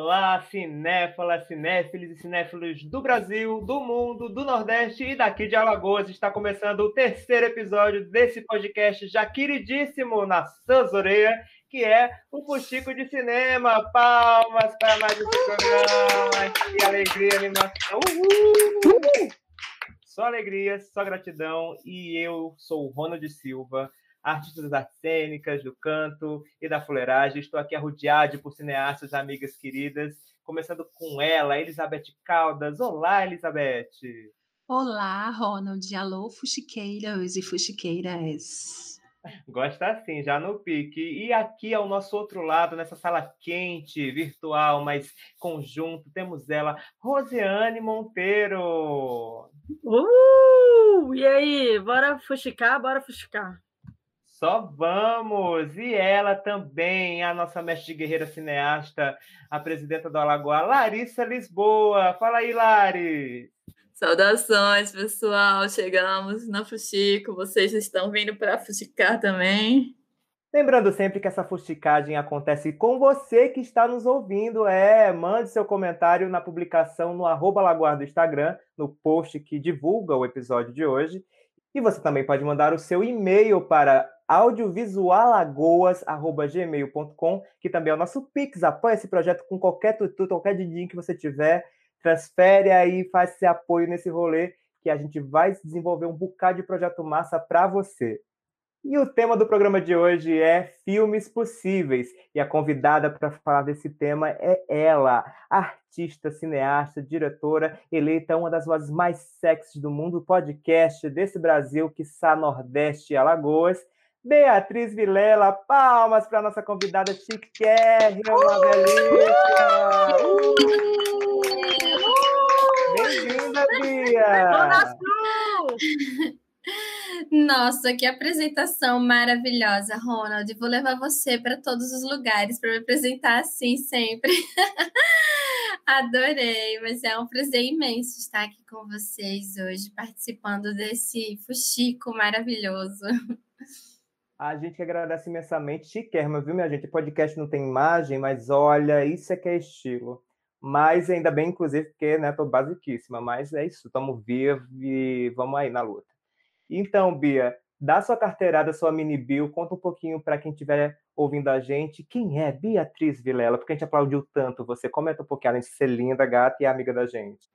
Olá, cinéfalas, cinéfilos e cinéfilos do Brasil, do mundo, do Nordeste e daqui de Alagoas. Está começando o terceiro episódio desse podcast já queridíssimo na Sanzoreia, que é o Fuxico de Cinema. Palmas para mais esse programa. Que alegria, animação. Uhul! Só alegria, só gratidão. E eu sou o Ronald Silva, artista das artes cênicas, do canto e da fuleiragem. Estou aqui arrodeado por cineastas, amigas queridas, começando com ela, Elizabeth Caldas. Olá, Elizabeth! Olá, Ronald. Alô, fuxiqueiros e fuxiqueiras. Gosta assim, já no pique. E aqui ao nosso outro lado, nessa sala quente, virtual, mas conjunto, temos ela, Rosiane Monteiro. E aí, bora fuxicar, bora fuxicar. Só vamos! E ela também, a nossa mestre guerreira cineasta, a presidenta do Alagoa, Larissa Lisboa. Fala aí, Lari! Saudações, pessoal! Chegamos na Fuxico. Vocês estão vindo para fuxicar também? Lembrando sempre que essa fusticagem acontece com você que está nos ouvindo. Mande seu comentário na publicação no @Lagoa do Instagram, no post que divulga o episódio de hoje. E você também pode mandar o seu e-mail para audiovisualagoas@gmail.com, que também é o nosso Pix. Apoia esse projeto com qualquer tutu, qualquer din que você tiver. Transfere aí, faz esse apoio nesse rolê, que a gente vai desenvolver um bocado de projeto massa para você. E o tema do programa de hoje é filmes possíveis. E a convidada para falar desse tema é ela, artista, cineasta, diretora, eleita uma das vozes mais sexys do mundo podcast desse Brasil, quiçá Nordeste e Alagoas, Beatriz Vilela. Palmas para nossa convidada chiquérrima, belíssima! Bem-vinda, Bia! Nossa, que apresentação maravilhosa, Ronald. Vou levar você para todos os lugares para me apresentar assim sempre. Adorei, mas é um prazer imenso estar aqui com vocês hoje, participando desse fuxico maravilhoso. A gente agradece imensamente, chiquérrima, viu, minha gente? O podcast não tem imagem, mas olha, isso é que é estilo. Mas ainda bem, inclusive, porque, né, tô basiquíssima, mas é isso, estamos vivos e vamos aí na luta. Então, Bia, dá sua carteirada, sua mini bio, conta um pouquinho para quem estiver ouvindo a gente, quem é Beatriz Vilela, porque a gente aplaudiu tanto você, comenta um pouquinho, além de ser linda, gata e amiga da gente.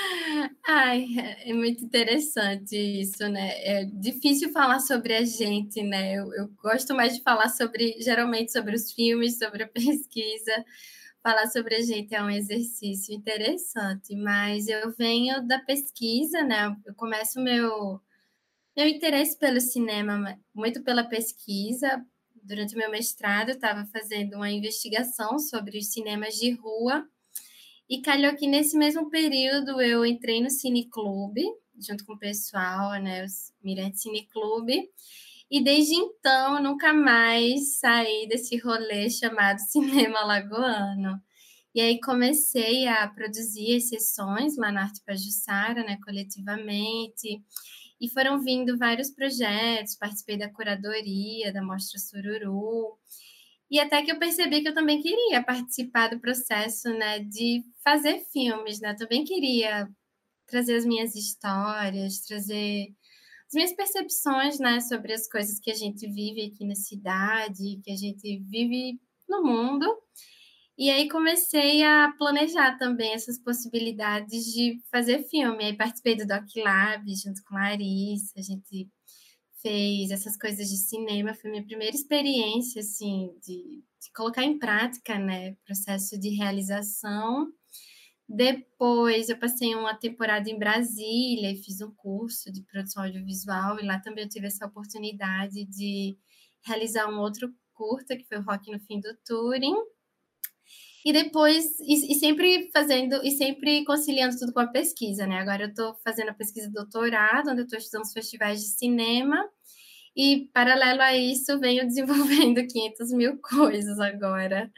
Ai, é muito interessante isso, né? É difícil falar sobre a gente, né? Eu gosto mais de falar geralmente sobre os filmes, sobre a pesquisa. Falar sobre a gente é um exercício interessante, mas eu venho da pesquisa, né? Eu começo meu interesse pelo cinema muito pela pesquisa. Durante o meu mestrado, eu estava fazendo uma investigação sobre os cinemas de rua. E calhou que nesse mesmo período eu entrei no Cineclube, junto com o pessoal, né, os Mirante Cineclube, e desde então eu nunca mais saí desse rolê chamado Cinema Alagoano. E aí comecei a produzir as sessões lá na Arte Pajuçara, né, coletivamente, e foram vindo vários projetos, participei da curadoria da Mostra Sururu, e até que eu percebi que eu também queria participar do processo, né, de fazer filmes, né? Eu também queria trazer as minhas histórias, trazer as minhas percepções, né, sobre as coisas que a gente vive aqui na cidade, que a gente vive no mundo. E aí comecei a planejar também essas possibilidades de fazer filme. Aí participei do Doc Lab junto com a Larissa, a gente fez essas coisas de cinema, foi minha primeira experiência, assim, de colocar em prática, né, processo de realização. Depois eu passei uma temporada em Brasília e fiz um curso de produção audiovisual, e lá também eu tive essa oportunidade de realizar um outro curta, que foi o Rock no Fim do Touring. E depois, e sempre fazendo, e sempre conciliando tudo com a pesquisa, né? Agora eu estou fazendo a pesquisa de doutorado, onde eu estou estudando os festivais de cinema, e paralelo a isso, venho desenvolvendo 500 mil coisas agora.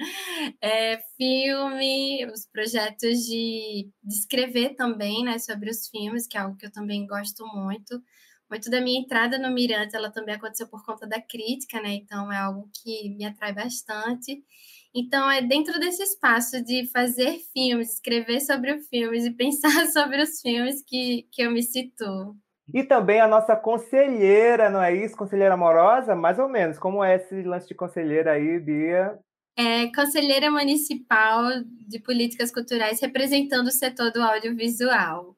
Filme, os projetos de escrever também, né, sobre os filmes, que é algo que eu também gosto muito. muito da minha entrada no Mirante, ela também aconteceu por conta da crítica, né? Então é algo que me atrai bastante. Então é dentro desse espaço de fazer filmes, escrever sobre os filmes e pensar sobre os filmes que eu me situo. E também a nossa conselheira, não é isso? Conselheira amorosa? Mais ou menos. Como é esse lance de conselheira aí, Bia? Conselheira municipal de políticas culturais representando o setor do audiovisual.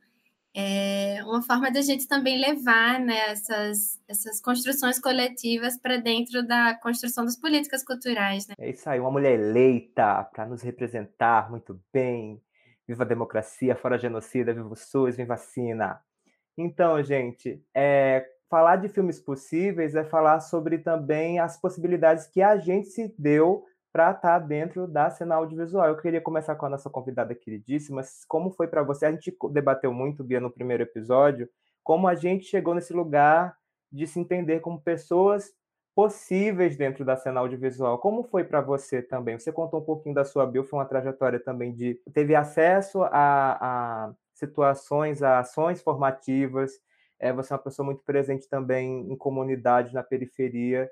É uma forma da gente também levar, né, essas construções coletivas para dentro da construção das políticas culturais, né? É isso aí, uma mulher eleita para nos representar muito bem. Viva a democracia, fora genocida, viva o SUS, viva vacina. Então, gente, falar de filmes possíveis é falar sobre também as possibilidades que a gente se deu para estar dentro da cena audiovisual. Eu queria começar com a nossa convidada queridíssima. Como foi para você? A gente debateu muito, Bia, no primeiro episódio, como a gente chegou nesse lugar de se entender como pessoas possíveis dentro da cena audiovisual. Como foi para você também? Você contou um pouquinho da sua bio, foi uma trajetória também de... Teve acesso a situações, a ações formativas, você é uma pessoa muito presente também em comunidades, na periferia,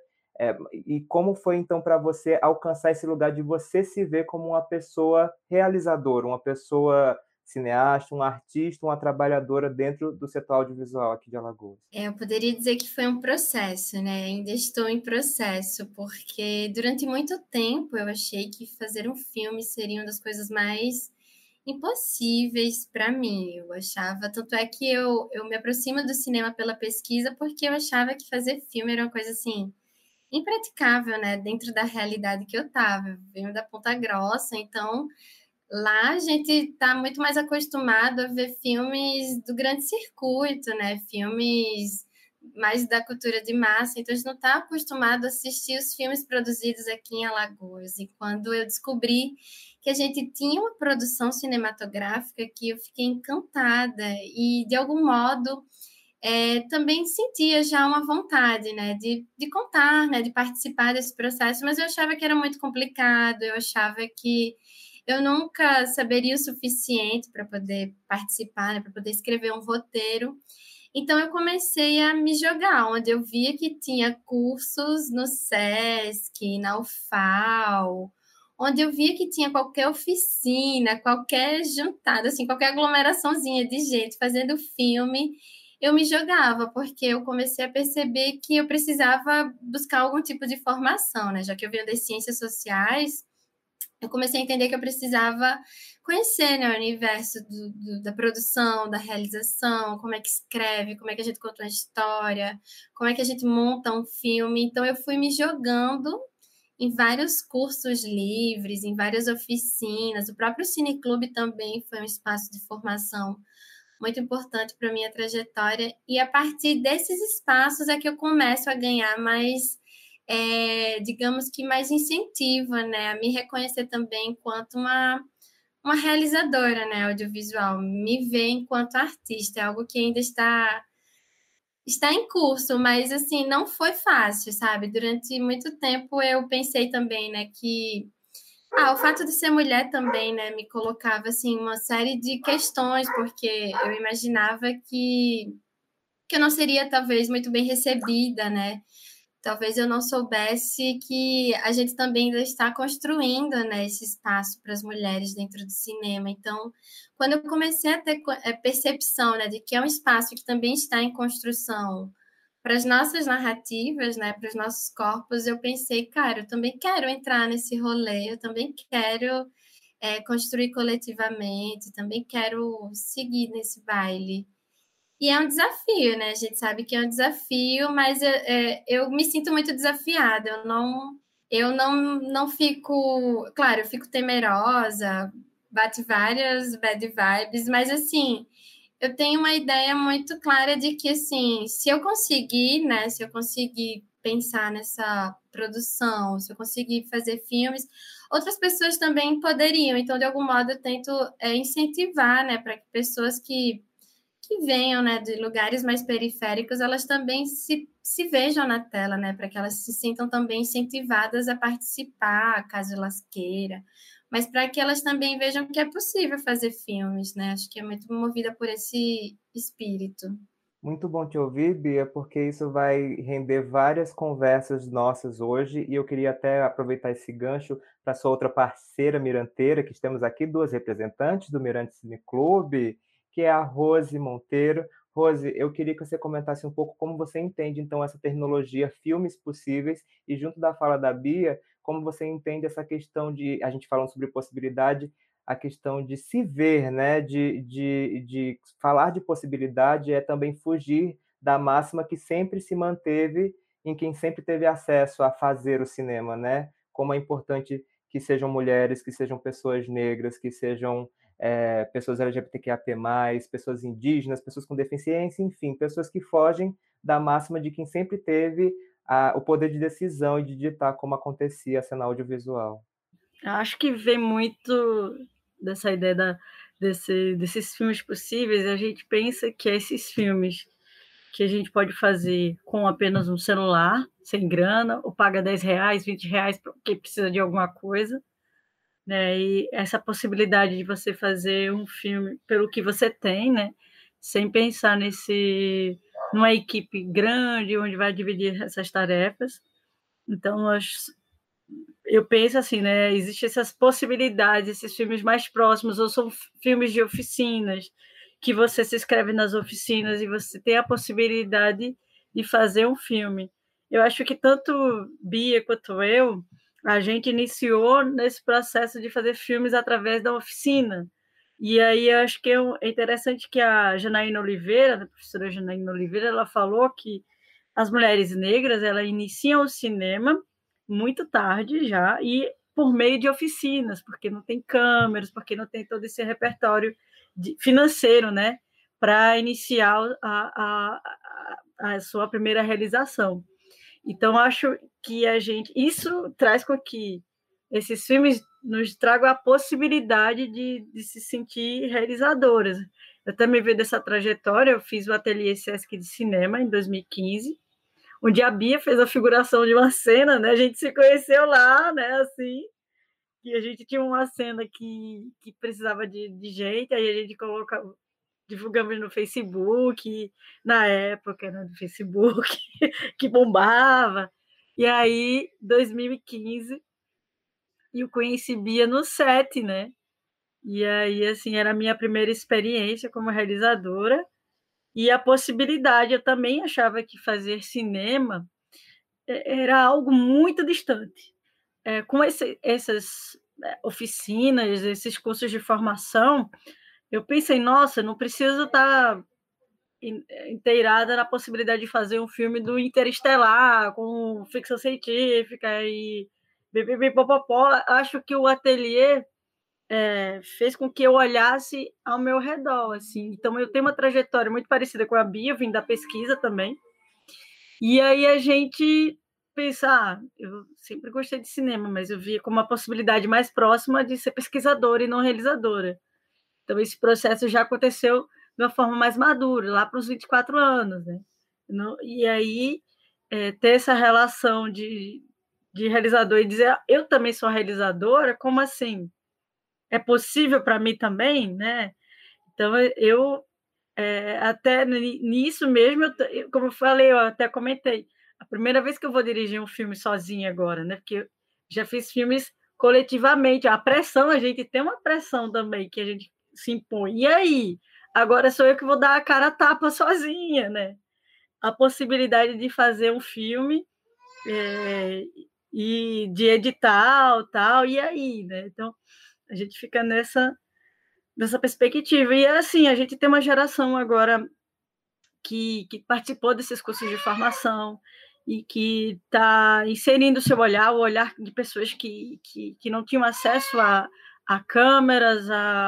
e como foi então para você alcançar esse lugar de você se ver como uma pessoa realizadora, uma pessoa cineasta, um artista, uma trabalhadora dentro do setor audiovisual aqui de Alagoas? Eu poderia dizer que foi um processo, né? Ainda estou em processo, porque durante muito tempo eu achei que fazer um filme seria uma das coisas mais impossíveis para mim. Eu achava, tanto é que eu me aproximo do cinema pela pesquisa, porque eu achava que fazer filme era uma coisa assim impraticável, né? Dentro da realidade que eu estava. Eu venho da Ponta Grossa, então lá a gente está muito mais acostumado a ver filmes do grande circuito, né? Filmes mais da cultura de massa, então a gente não está acostumado a assistir os filmes produzidos aqui em Alagoas. E quando eu descobri que a gente tinha uma produção cinematográfica, que eu fiquei encantada e, de algum modo, também sentia já uma vontade, né, de contar, né, de participar desse processo, mas eu achava que era muito complicado, eu achava que eu nunca saberia o suficiente para poder participar, né, para poder escrever um roteiro. Então eu comecei a me jogar, onde eu via que tinha cursos no SESC, na UFAL, onde eu via que tinha qualquer oficina, qualquer juntada, assim, qualquer aglomeraçãozinha de gente fazendo filme, eu me jogava, porque eu comecei a perceber que eu precisava buscar algum tipo de formação, né? Já que eu venho das ciências sociais, eu comecei a entender que eu precisava conhecer, né, o universo da produção, da realização, como é que escreve, como é que a gente conta uma história, como é que a gente monta um filme. Então, eu fui me jogando em vários cursos livres, em várias oficinas. O próprio Cineclube também foi um espaço de formação muito importante para a minha trajetória. E a partir desses espaços é que eu começo a ganhar mais, digamos que mais incentivo, né? A me reconhecer também enquanto uma realizadora, né, audiovisual. Me ver enquanto artista, é algo que ainda está em curso, mas assim, não foi fácil, sabe? Durante muito tempo eu pensei também, né, que o fato de ser mulher também, né, me colocava assim uma série de questões, porque eu imaginava que eu não seria talvez muito bem recebida, né? Talvez eu não soubesse que a gente também ainda está construindo, né, esse espaço para as mulheres dentro do cinema. Então, quando eu comecei a ter percepção, né, de que é um espaço que também está em construção para as nossas narrativas, né, para os nossos corpos, eu pensei, cara, eu também quero entrar nesse rolê, eu também quero construir coletivamente, também quero seguir nesse baile. E é um desafio, né? A gente sabe que é um desafio, mas eu me sinto muito desafiada. Eu não fico. Claro, eu fico temerosa, bate várias bad vibes, mas assim, eu tenho uma ideia muito clara de que, assim, se eu conseguir, né? Se eu conseguir pensar nessa produção, se eu conseguir fazer filmes, outras pessoas também poderiam. Então, de algum modo, eu tento incentivar, né? Para que pessoas que venham, né, de lugares mais periféricos, elas também se vejam na tela, né, para que elas se sintam também incentivadas a participar, caso elas queiram, mas para que elas também vejam que é possível fazer filmes, né, acho que é muito movida por esse espírito. Muito bom te ouvir, Bia, porque isso vai render várias conversas nossas hoje, e eu queria até aproveitar esse gancho para sua outra parceira miranteira, que temos aqui duas representantes do Mirante Cine Clube, que é a Rose Monteiro. Rose, eu queria que você comentasse um pouco como você entende, então, essa terminologia filmes possíveis, e junto da fala da Bia, como você entende essa questão de, a gente falando sobre possibilidade, a questão de se ver, né? De falar de possibilidade é também fugir da máxima que sempre se manteve em quem sempre teve acesso a fazer o cinema, né? Como é importante que sejam mulheres, que sejam pessoas negras, que sejam pessoas LGBTQIA+, pessoas indígenas, pessoas com deficiência, enfim, pessoas que fogem da máxima de quem sempre teve o poder de decisão e de ditar como acontecia a cena audiovisual. Acho que vem muito dessa ideia desses filmes possíveis. A gente pensa que esses filmes que a gente pode fazer com apenas um celular, sem grana, ou paga R$10, R$20 porque precisa de alguma coisa, né? E essa possibilidade de você fazer um filme pelo que você tem, né? Sem pensar numa equipe grande onde vai dividir essas tarefas. Então, eu penso assim, né? Existem essas possibilidades, esses filmes mais próximos, ou são filmes de oficinas, que você se inscreve nas oficinas e você tem a possibilidade de fazer um filme. Eu acho que tanto Bia quanto eu, a gente iniciou nesse processo de fazer filmes através da oficina. E aí eu acho que é interessante que a Janaína Oliveira, a professora Janaína Oliveira, ela falou que as mulheres negras, elas iniciam o cinema muito tarde já, e por meio de oficinas, porque não tem câmeras, porque não tem todo esse repertório financeiro, né, para iniciar a sua primeira realização. Então, acho que isso traz com que esses filmes nos tragam a possibilidade de se sentir realizadoras. Eu também vejo dessa trajetória, eu fiz o Ateliê Sesc de Cinema em 2015, onde a Bia fez a figuração de uma cena, né? A gente se conheceu lá, né? Assim, e a gente tinha uma cena que precisava de gente, aí a gente divulgamos no Facebook, na época, né, do Facebook, que bombava. E aí, 2015, eu conheci Bia no set, né? E aí, assim, era a minha primeira experiência como realizadora, e a possibilidade, eu também achava que fazer cinema era algo muito distante. Com essas oficinas, esses cursos de formação, eu pensei, nossa, não preciso estar inteirada na possibilidade de fazer um filme do Interestelar, com ficção científica e popopó. Acho que o ateliê fez com que eu olhasse ao meu redor, assim. Então, eu tenho uma trajetória muito parecida com a Bia, eu vim da pesquisa também. E aí a gente pensa, eu sempre gostei de cinema, mas eu via como uma possibilidade mais próxima de ser pesquisadora e não realizadora. Então, esse processo já aconteceu de uma forma mais madura, lá para os 24 anos, né? E aí, ter essa relação de realizador e dizer, eu também sou realizadora, como assim? É possível para mim também, né? Então, eu até nisso mesmo, como eu falei, eu até comentei, a primeira vez que eu vou dirigir um filme sozinha agora, né? Porque eu já fiz filmes coletivamente, a pressão, a gente tem uma pressão também que a gente se impõe. E aí? Agora sou eu que vou dar a cara a tapa sozinha, né? A possibilidade de fazer um filme e de editar, tal, e aí, né? Então, a gente fica nessa perspectiva. E assim, a gente tem uma geração agora que participou desses cursos de formação e que está inserindo o seu olhar, o olhar de pessoas que não tinham acesso a câmeras,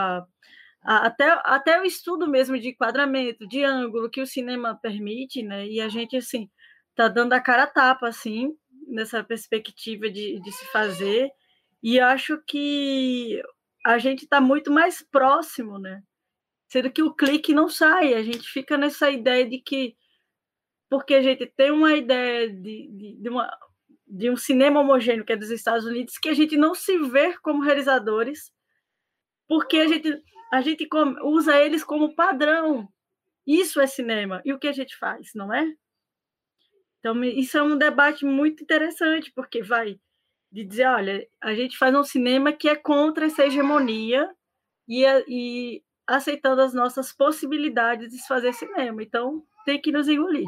até o estudo mesmo de enquadramento, de ângulo, que o cinema permite, né? E a gente, assim, está dando a cara a tapa, assim, nessa perspectiva de se fazer, e acho que a gente está muito mais próximo, né? Sendo que o clique não sai, a gente fica nessa ideia de que, porque a gente tem uma ideia de um cinema homogêneo, que é dos Estados Unidos, que a gente não se vê como realizadores, porque a gente usa eles como padrão. Isso é cinema. E o que a gente faz, não é? Então, isso é um debate muito interessante, porque vai de dizer, olha, a gente faz um cinema que é contra essa hegemonia e aceitando as nossas possibilidades de fazer cinema. Então, tem que nos engolir.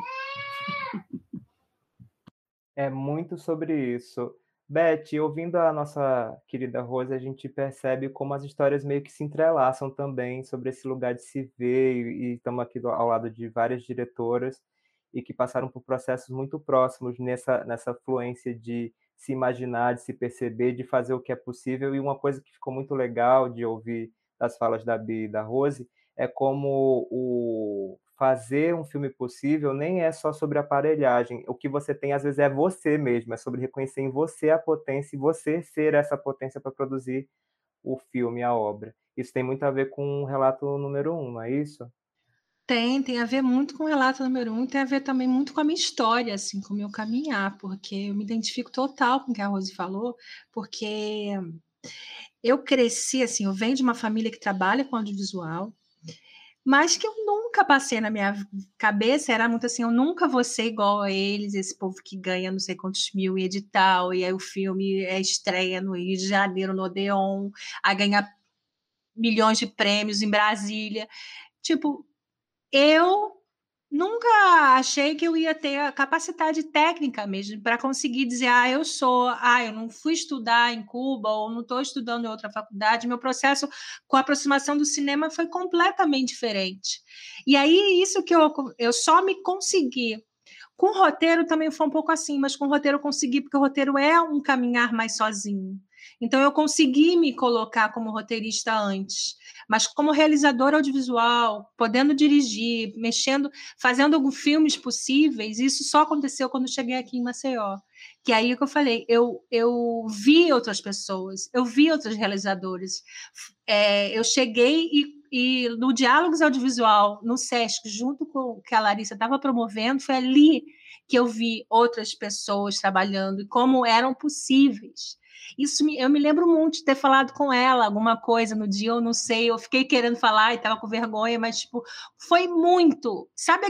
É muito sobre isso. Beth, ouvindo a nossa querida Rose, a gente percebe como as histórias meio que se entrelaçam também sobre esse lugar de se ver, e estamos aqui ao lado de várias diretoras e que passaram por processos muito próximos nessa fluência de se imaginar, de se perceber, de fazer o que é possível. E uma coisa que ficou muito legal de ouvir das falas da Bi e da Rose é como o fazer um filme possível nem é só sobre aparelhagem. O que você tem, às vezes, é você mesmo, é sobre reconhecer em você a potência e você ser essa potência para produzir o filme, a obra. Isso tem muito a ver com o relato número 1, não é isso? Tem a ver muito com o relato número 1, tem a ver também muito com a minha história, assim, com o meu caminhar, porque eu me identifico total com o que a Rose falou, porque eu cresci, assim, eu venho de uma família que trabalha com audiovisual, mas que eu nunca passei na minha cabeça, era muito assim, eu nunca vou ser igual a eles, esse povo que ganha não sei quantos mil em edital, e aí o filme é estreia no Rio de Janeiro, no Odeon, a ganhar milhões de prêmios em Brasília. Tipo, eu nunca achei que eu ia ter a capacidade técnica mesmo para conseguir dizer, eu não fui estudar em Cuba ou não estou estudando em outra faculdade. Meu processo com a aproximação do cinema foi completamente diferente. E aí, isso que eu só me consegui. Com o roteiro também foi um pouco assim, mas com o roteiro eu consegui, porque o roteiro é um caminhar mais sozinho. Então eu consegui me colocar como roteirista antes, mas como realizadora audiovisual, podendo dirigir, mexendo, fazendo alguns filmes possíveis, isso só aconteceu quando eu cheguei aqui em Maceió. Que aí é que eu falei, eu vi outras pessoas, eu vi outros realizadores. Eu cheguei e no Diálogos Audiovisual, no SESC, junto com o que a Larissa estava promovendo, foi ali que eu vi outras pessoas trabalhando e como eram possíveis. Eu me lembro muito de ter falado com ela alguma coisa no dia, eu não sei, eu fiquei querendo falar e estava com vergonha, mas tipo, foi muito.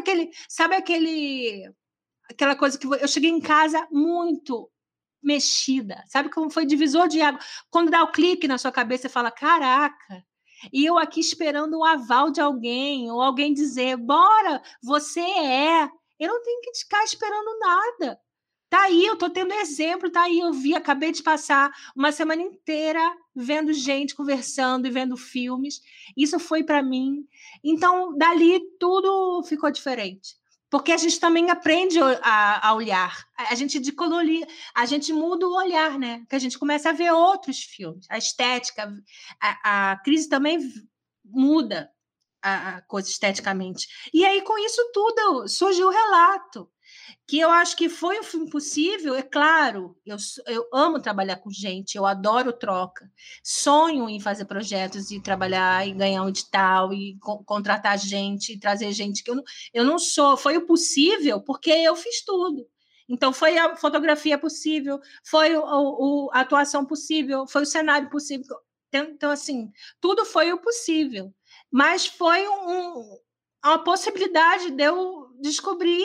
Aquela coisa que eu cheguei em casa muito mexida, sabe como foi divisor de água? Quando dá o clique na sua cabeça e fala, caraca, e eu aqui esperando o aval de alguém, ou alguém dizer, bora, você é. Eu não tenho que ficar esperando nada. Tá aí, eu tô tendo exemplo, tá aí, acabei de passar uma semana inteira vendo gente conversando e vendo filmes. Isso foi para mim. Então, dali tudo ficou diferente. Porque a gente também aprende a olhar. A gente decoloria, a gente muda o olhar, né? Que a gente começa a ver outros filmes. A estética, a crise também muda a coisa esteticamente. E aí, com isso tudo, surgiu o relato que eu acho que foi um filme possível, é claro, eu amo trabalhar com gente, eu adoro troca, sonho em fazer projetos e trabalhar e ganhar um edital e contratar gente e trazer gente que eu não sou, foi o possível porque eu fiz tudo. Então, foi a fotografia possível, foi a atuação possível, foi o cenário possível. Então, assim, tudo foi o possível. Mas foi uma possibilidade de eu descobrir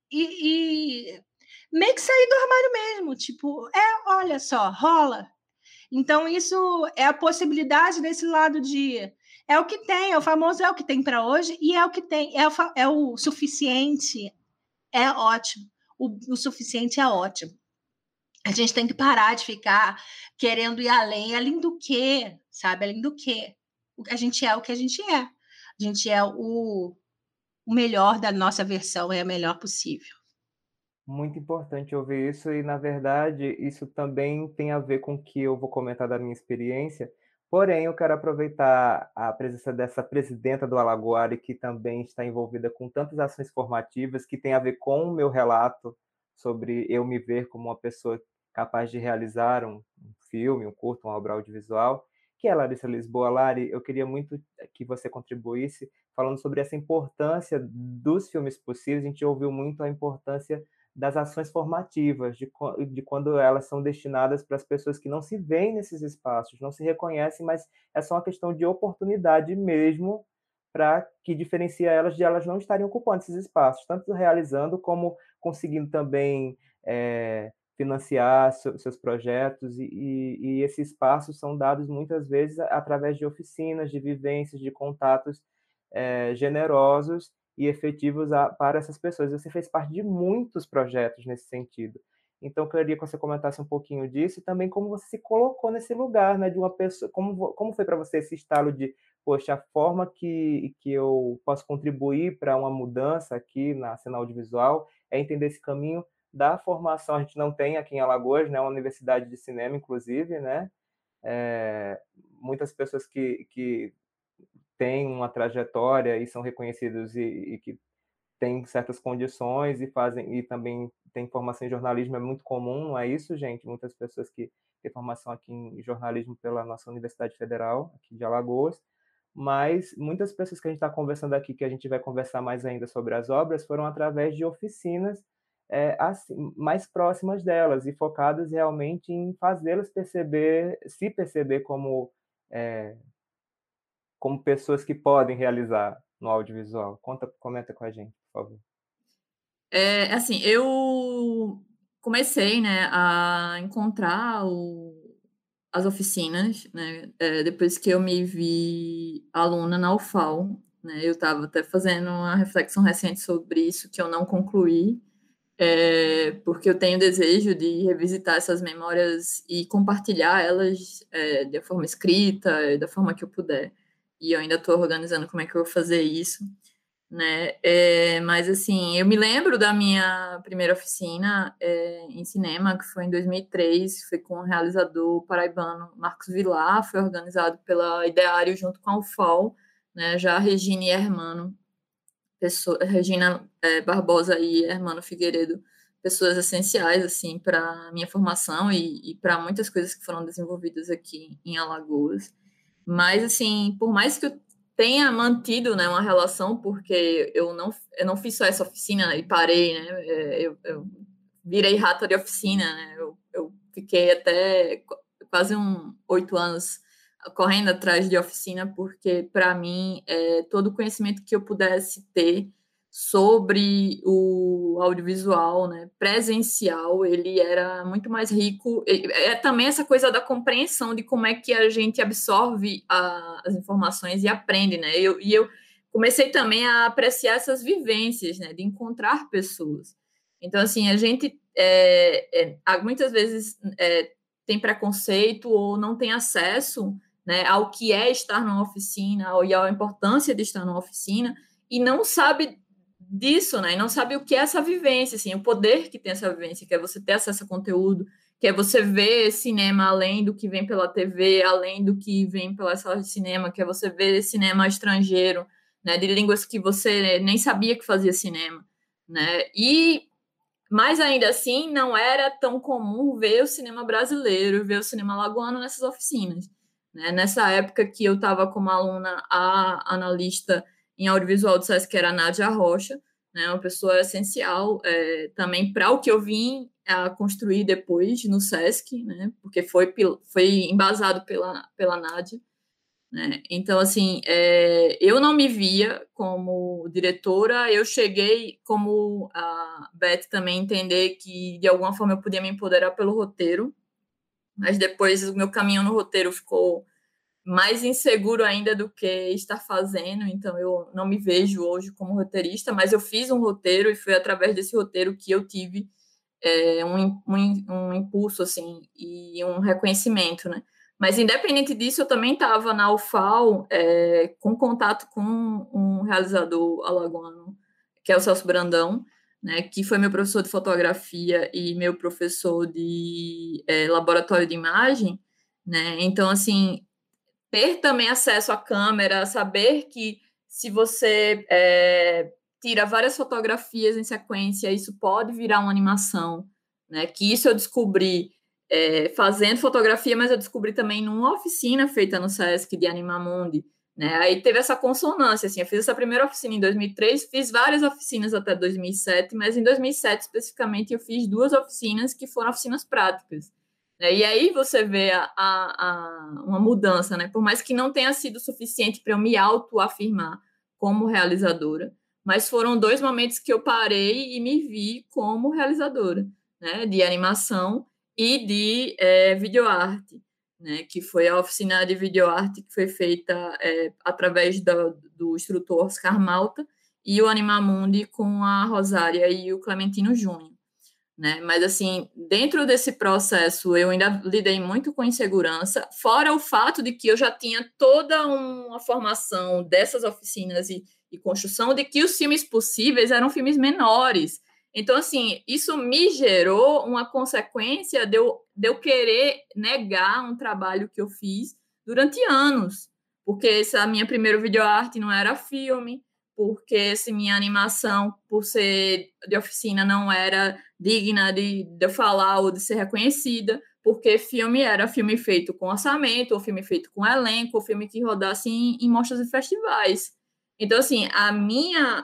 e meio que sair do armário mesmo, tipo, olha só, rola. Então, isso é a possibilidade desse lado de é o que tem, é o famoso é o que tem para hoje, e é o que tem, é o suficiente, é ótimo. O suficiente é ótimo. A gente tem que parar de ficar querendo ir além do quê, sabe? Além do quê? A gente é o que a gente é. A gente é o melhor da nossa versão, é a melhor possível. Muito importante ouvir isso e, na verdade, isso também tem a ver com o que eu vou comentar da minha experiência. Porém, eu quero aproveitar a presença dessa presidenta do Alagoari, que também está envolvida com tantas ações formativas, que tem a ver com o meu relato sobre eu me ver como uma pessoa capaz de realizar um filme, um curto, uma obra audiovisual, que é a Larissa Lisboa. Lari, eu queria muito que você contribuísse falando sobre essa importância dos filmes possíveis. A gente ouviu muito a importância das ações formativas, de quando elas são destinadas para as pessoas que não se veem nesses espaços, não se reconhecem, mas é só uma questão de oportunidade mesmo para que diferencia elas de elas não estarem ocupando esses espaços, tanto realizando como conseguindo também financiar seus projetos, e esses espaços são dados muitas vezes através de oficinas, de vivências, de contatos generosos e efetivos para essas pessoas. Você fez parte de muitos projetos nesse sentido. Então, eu queria que você comentasse um pouquinho disso e também como você se colocou nesse lugar, né, de uma pessoa, como foi para você esse estalo de, poxa, a forma que eu posso contribuir para uma mudança aqui na cena audiovisual é entender esse caminho da formação. A gente não tem aqui em Alagoas, né, uma universidade de cinema, inclusive, né, muitas pessoas que têm uma trajetória e são reconhecidos e que têm certas condições e também têm formação em jornalismo, é muito comum, não é isso, gente? Muitas pessoas que têm formação aqui em jornalismo pela nossa Universidade Federal, aqui de Alagoas, mas muitas pessoas que a gente está conversando aqui, que a gente vai conversar mais ainda sobre as obras, foram através de oficinas assim, mais próximas delas e focadas realmente em fazê-las se perceber como pessoas que podem realizar no audiovisual. Comenta com a gente, por favor. Assim, eu comecei, né, a encontrar as oficinas, né, depois que eu me vi aluna na UFAL, né, eu estava até fazendo uma reflexão recente sobre isso, que eu não concluí, porque eu tenho desejo de revisitar essas memórias e compartilhar elas de forma escrita, da forma que eu puder. E eu ainda estou organizando como é que eu vou fazer isso, né? Mas, assim, eu me lembro da minha primeira oficina em cinema, que foi em 2003, foi com o realizador paraibano Marcos Vilar, foi organizado pela Ideário junto com a UFAL, né? Já a Regina e Hermano, Regina Barbosa e Hermano Figueiredo, pessoas essenciais, assim, para a minha formação e para muitas coisas que foram desenvolvidas aqui em Alagoas. Mas, assim, por mais que eu tenha mantido, né, uma relação, porque eu não fiz só essa oficina e parei, né, eu virei rata de oficina, né, eu fiquei até quase 8 anos correndo atrás de oficina, porque, para mim, todo o conhecimento que eu pudesse ter sobre o audiovisual, né, presencial, ele era muito mais rico. Também essa coisa da compreensão de como é que a gente absorve as informações e aprende, né? E eu comecei também a apreciar essas vivências, né, de encontrar pessoas. Então, assim, a gente muitas vezes tem preconceito ou não tem acesso, né, ao que é estar numa oficina e à importância de estar numa oficina, e não sabe disso, né? E não sabe o que é essa vivência, assim, o poder que tem essa vivência, que é você ter acesso a conteúdo, que é você ver cinema além do que vem pela TV, além do que vem pela sala de cinema, que é você ver cinema estrangeiro, né, de línguas que você nem sabia que fazia cinema, né? E mas ainda assim não era tão comum ver o cinema brasileiro, ver o cinema alagoano nessas oficinas, né? Nessa época que eu estava como aluna, a analista em audiovisual do SESC, que era a Nádia Rocha, né, uma pessoa essencial também para o que eu vim a construir depois no SESC, né, porque foi embasado pela Nádia, né? Então, assim, eu não me via como diretora, eu cheguei, como a Beth também, entender que de alguma forma eu podia me empoderar pelo roteiro, mas depois o meu caminho no roteiro ficou mais inseguro ainda do que estar fazendo, então eu não me vejo hoje como roteirista, mas eu fiz um roteiro e foi através desse roteiro que eu tive um impulso, assim, e um reconhecimento, né? Mas, independente disso, eu também estava na UFAL com contato com um realizador alagoano, que é o Celso Brandão, né, que foi meu professor de fotografia e meu professor de laboratório de imagem, né? Então, assim, ter também acesso à câmera, saber que se você tira várias fotografias em sequência, isso pode virar uma animação, né? Que isso eu descobri fazendo fotografia, mas eu descobri também numa oficina feita no SESC de Animamundi, né? Aí teve essa consonância, assim, eu fiz essa primeira oficina em 2003, fiz várias oficinas até 2007, mas em 2007, especificamente, eu fiz 2 oficinas que foram oficinas práticas. E aí você vê uma mudança, né? Por mais que não tenha sido suficiente para eu me autoafirmar, como realizadora, mas foram 2 momentos que eu parei e me vi como realizadora, né, de animação e de videoarte, né, que foi a oficina de videoarte que foi feita através do instrutor Oscar Malta e o Animamundi com a Rosária e o Clementino Júnior. Né? Mas, assim, dentro desse processo, eu ainda lidei muito com insegurança, fora o fato de que eu já tinha toda uma formação dessas oficinas e construção de que os filmes possíveis eram filmes menores. Então, assim, isso me gerou uma consequência de eu querer negar um trabalho que eu fiz durante anos, porque essa minha primeira videoarte não era filme, porque se minha animação, por ser de oficina, não era digna de eu falar ou de ser reconhecida, porque filme era filme feito com orçamento, ou filme feito com elenco, ou filme que rodasse em mostras e festivais. Então, assim, a minha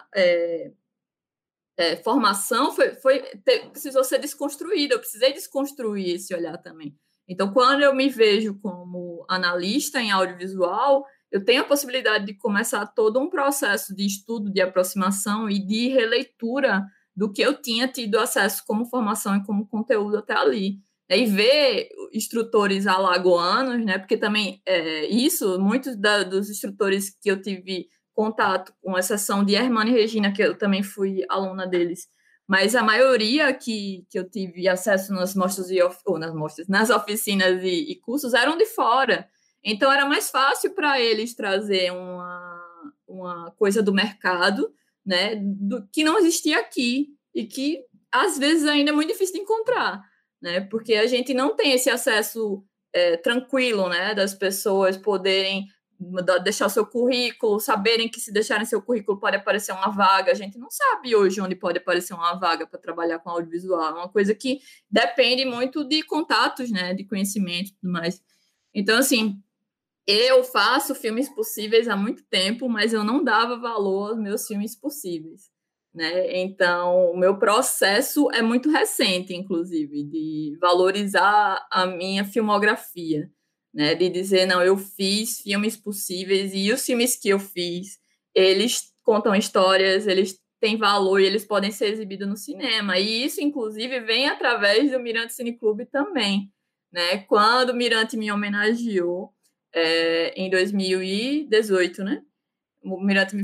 formação precisou ser desconstruída, eu precisei desconstruir esse olhar também. Então, quando eu me vejo como analista em audiovisual, eu tenho a possibilidade de começar todo um processo de estudo, de aproximação e de releitura do que eu tinha tido acesso como formação e como conteúdo até ali. E ver instrutores alagoanos, né? Porque também muitos dos instrutores que eu tive contato, com exceção de Hermano e Regina, que eu também fui aluna deles, mas a maioria que eu tive acesso nas mostras nas oficinas e cursos eram de fora. Então, era mais fácil para eles trazer uma coisa do mercado, né, que não existia aqui e que, às vezes, ainda é muito difícil de encontrar, né, porque a gente não tem esse acesso tranquilo, né, das pessoas poderem deixar o seu currículo, saberem que se deixarem seu currículo pode aparecer uma vaga. A gente não sabe hoje onde pode aparecer uma vaga para trabalhar com audiovisual. É uma coisa que depende muito de contatos, né, de conhecimento e tudo mais. Então, assim, eu faço filmes possíveis há muito tempo, mas eu não dava valor aos meus filmes possíveis, né? Então, o meu processo é muito recente, inclusive, de valorizar a minha filmografia, né? De dizer, não, eu fiz filmes possíveis e os filmes que eu fiz, eles contam histórias, eles têm valor e eles podem ser exibidos no cinema. E isso, inclusive, vem através do Mirante Cine Clube também, né? Quando o Mirante me homenageou, em 2018, né? O Mirante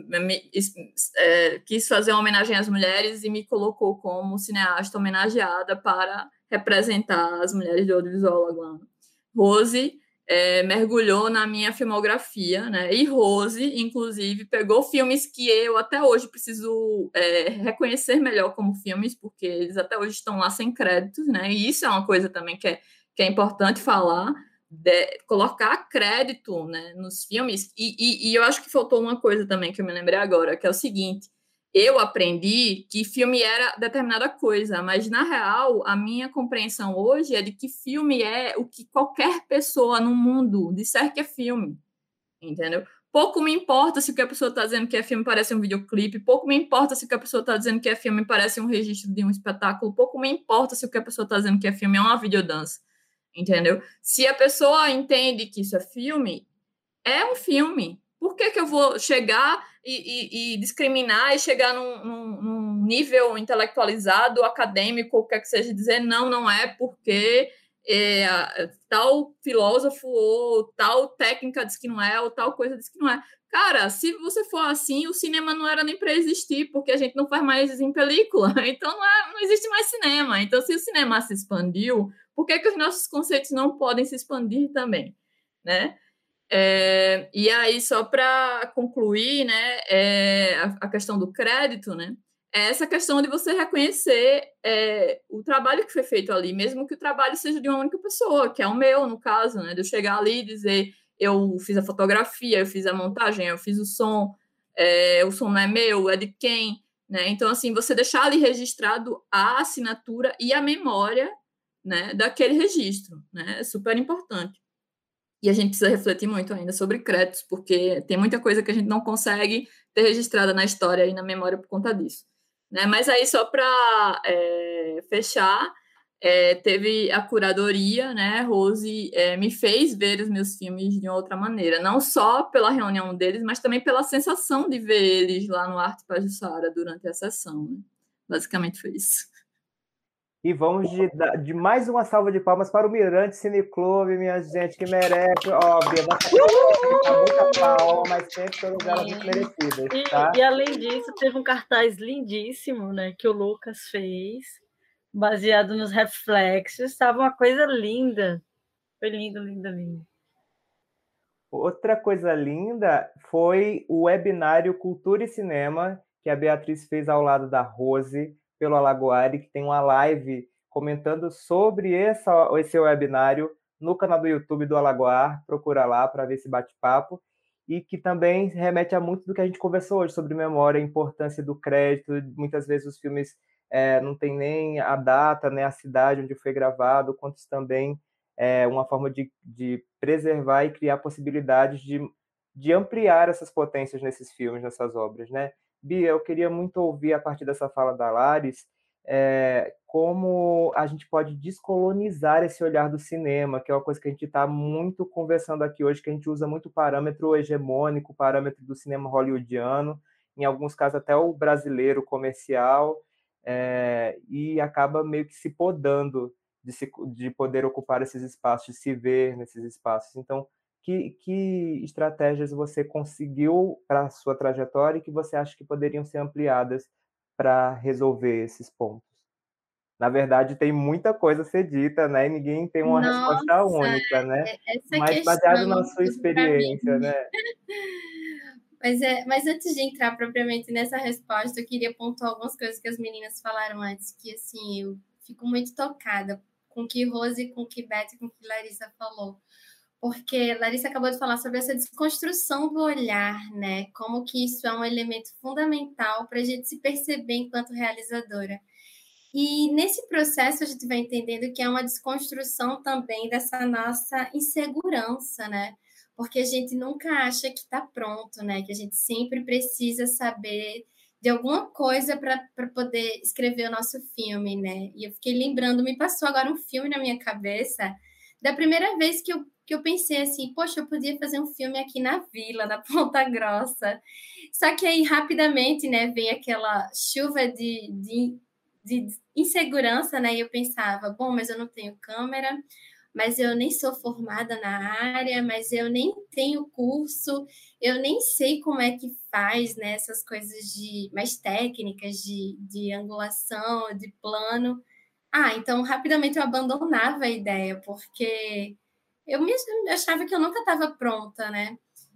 quis fazer uma homenagem às mulheres e me colocou como cineasta homenageada para representar as mulheres do audiovisual alagoano. Rose mergulhou na minha filmografia, né? E Rose, inclusive, pegou filmes que eu até hoje preciso reconhecer melhor como filmes, porque eles até hoje estão lá sem créditos, né? E isso é uma coisa também que é importante falar, colocar crédito, né, nos filmes. E eu acho que faltou uma coisa também que eu me lembrei agora, que é o seguinte: eu aprendi que filme era determinada coisa, mas, na real, a minha compreensão hoje é de que filme é o que qualquer pessoa no mundo disser que é filme, entendeu? Pouco me importa se o que a pessoa está dizendo que é filme parece um videoclipe, pouco me importa se o que a pessoa está dizendo que é filme parece um registro de um espetáculo, pouco me importa se o que a pessoa está dizendo que é filme é uma videodança, entendeu? Se a pessoa entende que isso é filme, é um filme. Por que eu vou chegar e discriminar e chegar num nível intelectualizado, acadêmico, o que é que seja, dizer não é porque tal filósofo ou tal técnica diz que não é, ou tal coisa diz que não é. Cara, se você for assim, o cinema não era nem para existir, porque a gente não faz mais em película, então não existe mais cinema. Então, se o cinema se expandiu, por que os nossos conceitos não podem se expandir também, né? E aí, só para concluir, né, a questão do crédito, né, é essa questão de você reconhecer o trabalho que foi feito ali, mesmo que o trabalho seja de uma única pessoa, que é o meu, no caso, né, de eu chegar ali e dizer, eu fiz a fotografia, eu fiz a montagem, eu fiz o som não é meu, é de quem, né? Então, assim, você deixar ali registrado a assinatura e a memória, né, daquele registro, né, é super importante. E a gente precisa refletir muito ainda sobre créditos, porque tem muita coisa que a gente não consegue ter registrada na história e na memória por conta disso, né? Mas aí, só para fechar, teve a curadoria, né? Rose me fez ver os meus filmes de outra maneira, não só pela reunião deles, mas também pela sensação de ver eles lá no Arte Pajuçara durante a sessão. Né? Basicamente foi isso. E vamos de mais uma salva de palmas para o Mirante Cineclube, minha gente, que merece. Ó, Bia, muita palma, mas sempre todas elas muito merecidas, tá? E além disso, teve um cartaz lindíssimo, né, que o Lucas fez, baseado nos reflexos. Estava uma coisa linda. Foi lindo, lindo, lindo. Outra coisa linda foi o webinário Cultura e Cinema, que a Beatriz fez ao lado da Rose, pelo Alagoari, que tem uma live comentando sobre esse webinário no canal do YouTube do Alagoar. Procura lá para ver esse bate-papo. E que também remete a muito do que a gente conversou hoje sobre memória, a importância do crédito. Muitas vezes os filmes não tem nem a data, né, a cidade onde foi gravado, quanto também uma forma de preservar e criar possibilidades de ampliar essas potências nesses filmes, nessas obras, né? Bia, eu queria muito ouvir, a partir dessa fala da Laris, como a gente pode descolonizar esse olhar do cinema, que é uma coisa que a gente está muito conversando aqui hoje, que a gente usa muito parâmetro hegemônico, parâmetro do cinema hollywoodiano, em alguns casos até o brasileiro comercial, e acaba meio que se podando de poder ocupar esses espaços, de se ver nesses espaços. Então, que estratégias você conseguiu para a sua trajetória e que você acha que poderiam ser ampliadas para resolver esses pontos? Na verdade, tem muita coisa a ser dita, né? E ninguém tem uma resposta única, né? Essa Mas baseado na questão sua experiência, né? Mas antes de entrar propriamente nessa resposta, eu queria pontuar algumas coisas que as meninas falaram antes, que assim, eu fico muito tocada com o que Rose, com o que Beth, com o que Larissa falou. Porque Larissa acabou de falar sobre essa desconstrução do olhar, né? Como que isso é um elemento fundamental para a gente se perceber enquanto realizadora. E nesse processo a gente vai entendendo que é uma desconstrução também dessa nossa insegurança, né? Porque a gente nunca acha que está pronto, né? Que a gente sempre precisa saber de alguma coisa para poder escrever o nosso filme, né? E eu fiquei lembrando, me passou agora um filme na minha cabeça da primeira vez que eu pensei assim, poxa, eu podia fazer um filme aqui na Vila, na Ponta Grossa. Só que aí, rapidamente, né, vem aquela chuva de insegurança, né? E eu pensava, bom, mas eu não tenho câmera, mas eu nem sou formada na área, mas eu nem tenho curso, eu nem sei como é que faz, né, essas coisas mais técnicas de angulação, de plano. Então rapidamente eu abandonava a ideia, porque eu achava que eu nunca estava pronta, né?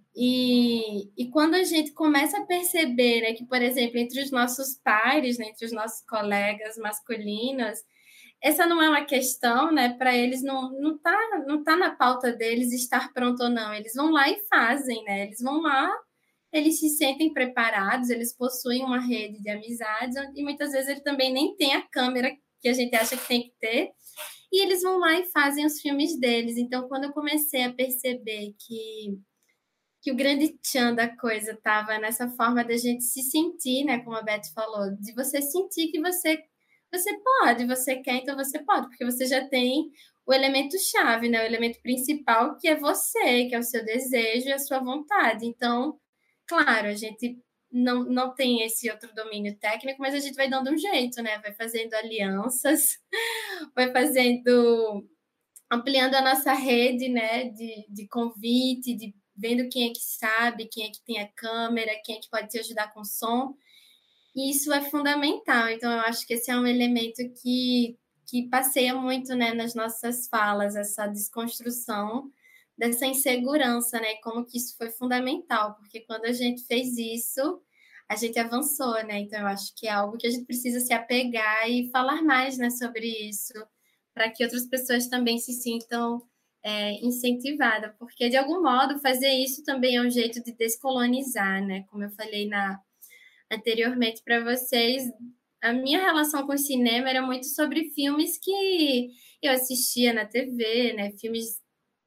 E quando a gente começa a perceber, né, que, por exemplo, entre os nossos pares, né, entre os nossos colegas masculinos, essa não é uma questão, né? Para eles não tá na pauta deles estar pronto ou não. Eles vão lá e fazem, né? Eles vão lá, eles se sentem preparados, eles possuem uma rede de amizades e muitas vezes ele também nem tem a câmera que a gente acha que tem que ter. E eles vão lá e fazem os filmes deles. Então, quando eu comecei a perceber que o grande tchan da coisa estava nessa forma da gente se sentir, né? Como a Beth falou, de você sentir que você pode, você quer, então você pode, porque você já tem o elemento chave, né? O elemento principal, que é você, que é o seu desejo e a sua vontade. Então, claro, a gente não tem esse outro domínio técnico, mas a gente vai dando um jeito, né? Vai fazendo alianças, vai ampliando a nossa rede, né? De convite, de vendo quem é que sabe, quem é que tem a câmera, quem é que pode te ajudar com o som. E isso é fundamental. Então, eu acho que esse é um elemento que passeia muito, né, nas nossas falas, essa desconstrução dessa insegurança, né? Como que isso foi fundamental, porque quando a gente fez isso, a gente avançou, né? Então, eu acho que é algo que a gente precisa se apegar e falar mais, né, sobre isso, para que outras pessoas também se sintam incentivada, porque de algum modo fazer isso também é um jeito de descolonizar, né? Como eu falei anteriormente para vocês, a minha relação com o cinema era muito sobre filmes que eu assistia na TV, né? Filmes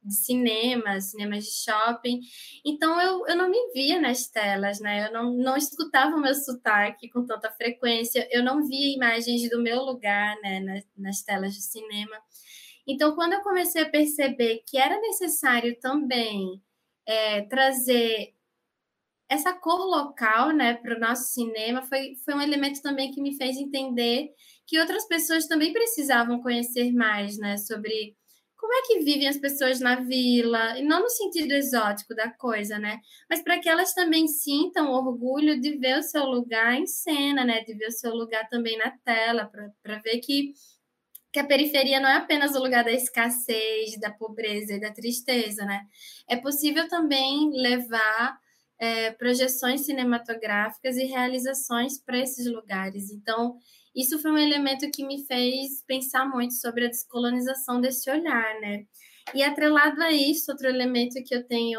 cinemas de shopping. Então, eu não me via nas telas, né? Eu não escutava o meu sotaque com tanta frequência, eu não via imagens do meu lugar, né, nas telas de cinema. Então, quando eu comecei a perceber que era necessário também trazer essa cor local, né, para o nosso cinema, foi um elemento também que me fez entender que outras pessoas também precisavam conhecer mais, né, sobre como é que vivem as pessoas na vila, e não no sentido exótico da coisa, né, mas para que elas também sintam orgulho de ver o seu lugar em cena, né, de ver o seu lugar também na tela, para ver que a periferia não é apenas o lugar da escassez, da pobreza e da tristeza, né? É possível também levar projeções cinematográficas e realizações para esses lugares. Então, isso foi um elemento que me fez pensar muito sobre a descolonização desse olhar, né? E atrelado a isso, outro elemento que eu tenho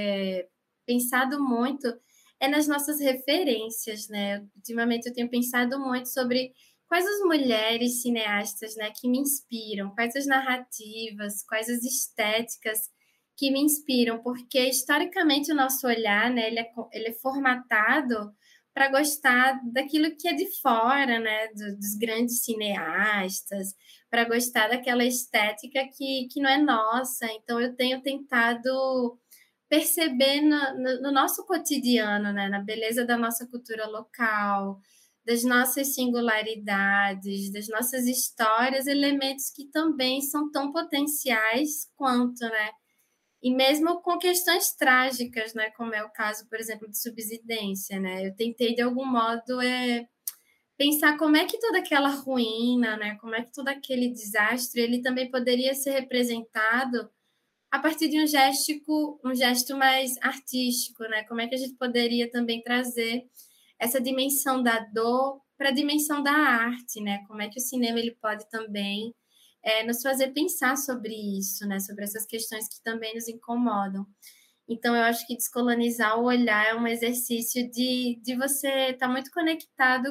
pensado muito é nas nossas referências, né? Ultimamente eu tenho pensado muito sobre quais as mulheres cineastas, né, que me inspiram, quais as narrativas, quais as estéticas que me inspiram, porque historicamente o nosso olhar, né, ele é formatado para gostar daquilo que é de fora, né, dos grandes cineastas, para gostar daquela estética que não é nossa. Então eu tenho tentado perceber no nosso cotidiano, né, na beleza da nossa cultura local, das nossas singularidades, das nossas histórias, elementos que também são tão potenciais quanto, né? E mesmo com questões trágicas, né? Como é o caso, por exemplo, de Subsidência, né? Eu tentei, de algum modo, pensar como é que toda aquela ruína, né? Como é que todo aquele desastre, ele também poderia ser representado a partir de um gesto mais artístico, né? Como é que a gente poderia também trazer essa dimensão da dor para a dimensão da arte, né? Como é que o cinema ele pode também nos fazer pensar sobre isso, né? Sobre essas questões que também nos incomodam. Então, eu acho que descolonizar o olhar é um exercício de você estar muito conectado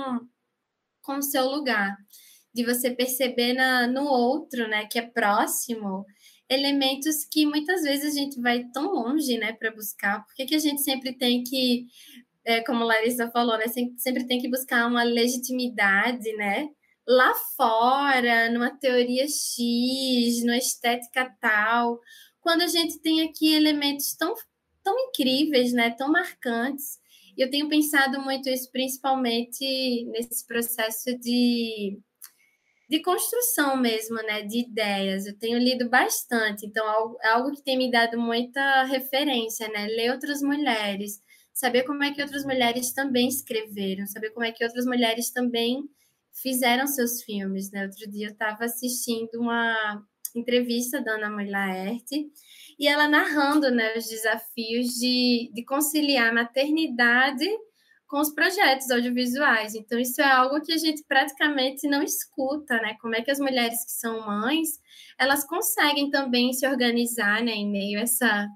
com o seu lugar, de você perceber no outro, né? Que é próximo, elementos que muitas vezes a gente vai tão longe, né? Para buscar. Por que a gente sempre tem que como Larissa falou, né, sempre tem que buscar uma legitimidade, né, lá fora, numa teoria X, numa estética tal, quando a gente tem aqui elementos tão incríveis, né, tão marcantes. E eu tenho pensado muito isso, principalmente nesse processo de construção mesmo, né, de ideias. Eu tenho lido bastante, então é algo que tem me dado muita referência, né, ler outras mulheres, saber como é que outras mulheres também escreveram, saber como é que outras mulheres também fizeram seus filmes, né? Outro dia eu estava assistindo uma entrevista da Ana Moy Laerte e ela narrando, né, os desafios de conciliar a maternidade com os projetos audiovisuais. Então, isso é algo que a gente praticamente não escuta, né? Como é que as mulheres que são mães, elas conseguem também se organizar, né, em meio a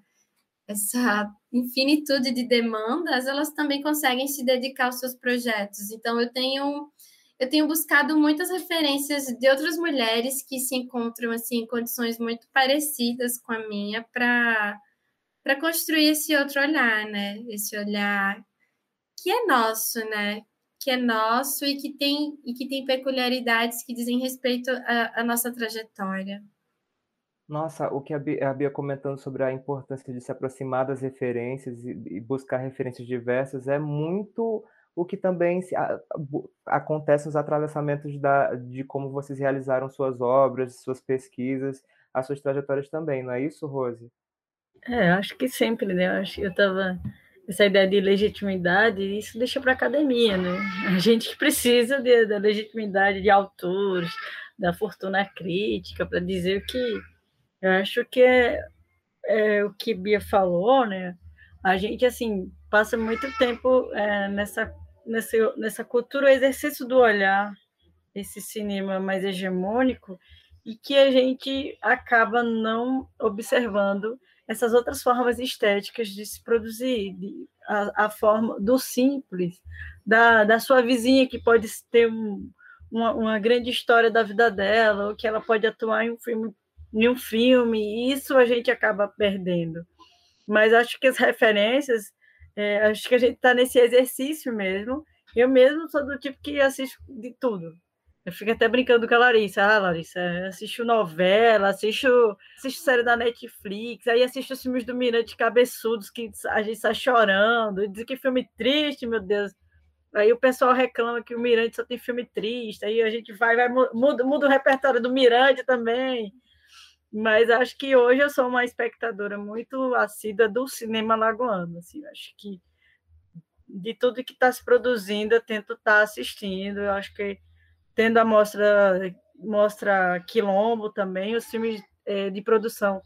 essa infinitude de demandas, elas também conseguem se dedicar aos seus projetos. Então, eu tenho buscado muitas referências de outras mulheres que se encontram assim, em condições muito parecidas com a minha para construir esse outro olhar, né? Esse olhar que é nosso, né? Que é nosso e que tem peculiaridades que dizem respeito à nossa trajetória. Nossa, o que a Bia comentando sobre a importância de se aproximar das referências e buscar referências diversas é muito o que também acontece nos atravessamentos de como vocês realizaram suas obras, suas pesquisas, as suas trajetórias também, não é isso, Rose? Acho que sempre, né? Acho que eu estava essa ideia de legitimidade, isso deixa para a academia, né? A gente precisa da legitimidade de autores, da fortuna crítica para dizer o que eu acho que é o que Bia falou, né? A gente assim passa muito tempo nessa cultura, o exercício do olhar, esse cinema mais hegemônico, e que a gente acaba não observando essas outras formas estéticas de se produzir, a forma do simples, da sua vizinha que pode ter uma grande história da vida dela, ou que ela pode atuar em um filme em um filme, e isso a gente acaba perdendo. Mas acho que as referências, acho que a gente está nesse exercício mesmo. Eu mesmo sou do tipo que assisto de tudo. Eu fico até brincando com a Larissa. Ah, Larissa, assisto novela, assisto série da Netflix, aí assisto os filmes do Mirante Cabeçudos, que a gente está chorando, diz que filme triste, meu Deus. Aí o pessoal reclama que o Mirante só tem filme triste, aí a gente muda o repertório do Mirante também. Mas acho que hoje eu sou uma espectadora muito assídua do cinema alagoano. Assim, acho que de tudo que está se produzindo, eu tento estar assistindo. Eu acho que tendo a mostra Quilombo também, os filmes de produção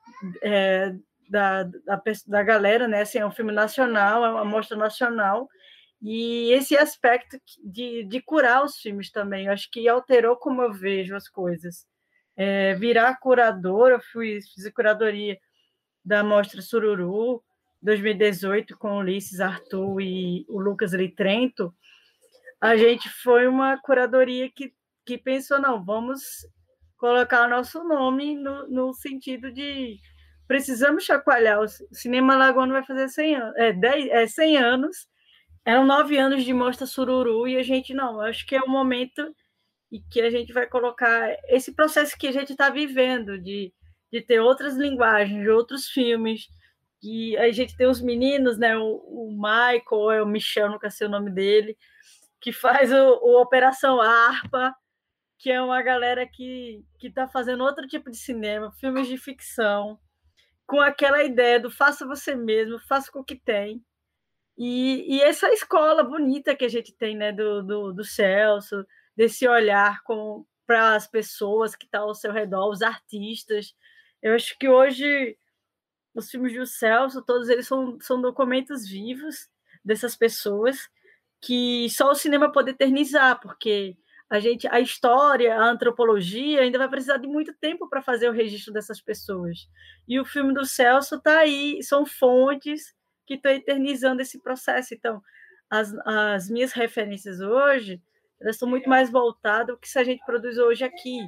da galera, né? Assim, é um filme nacional, é uma mostra nacional, e esse aspecto de curar os filmes também, eu acho que alterou como eu vejo as coisas. Virar curadora, eu fiz a curadoria da mostra Sururu, 2018, com o Ulisses Arthur e o Lucas Litrento. A gente foi uma curadoria que pensou, não, vamos colocar o nosso nome no sentido de precisamos chacoalhar. O cinema alagoano vai fazer 100 anos, 100 anos, eram 9 anos de Mostra Sururu, e a gente, não, acho que é o momento e que a gente vai colocar esse processo que a gente está vivendo, de ter outras linguagens, de outros filmes, e a gente tem os meninos, né, o Michael, o Michel, nunca sei o nome dele, que faz o Operação Harpa, que é uma galera que está fazendo outro tipo de cinema, filmes de ficção, com aquela ideia do faça você mesmo, faça com o que tem. E essa escola bonita que a gente tem, né, do Celso, desse olhar para as pessoas que estão ao seu redor, os artistas. Eu acho que hoje os filmes do Celso, todos eles são documentos vivos dessas pessoas que só o cinema pode eternizar, porque a história, a antropologia ainda vai precisar de muito tempo para fazer o registro dessas pessoas. E o filme do Celso está aí, são fontes que estão eternizando esse processo. Então, as minhas referências hoje, elas estão muito mais voltadas ao que a gente produz hoje aqui.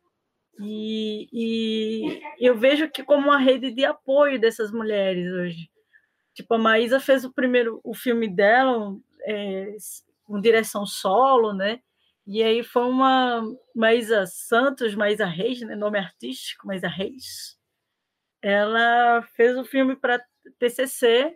E eu vejo que como uma rede de apoio dessas mulheres hoje. Tipo, a Maísa fez o filme dela, com direção solo, né? E aí foi uma Maísa Santos, Maísa Reis, né? Nome artístico, Maísa Reis. Ela fez o filme para TCC,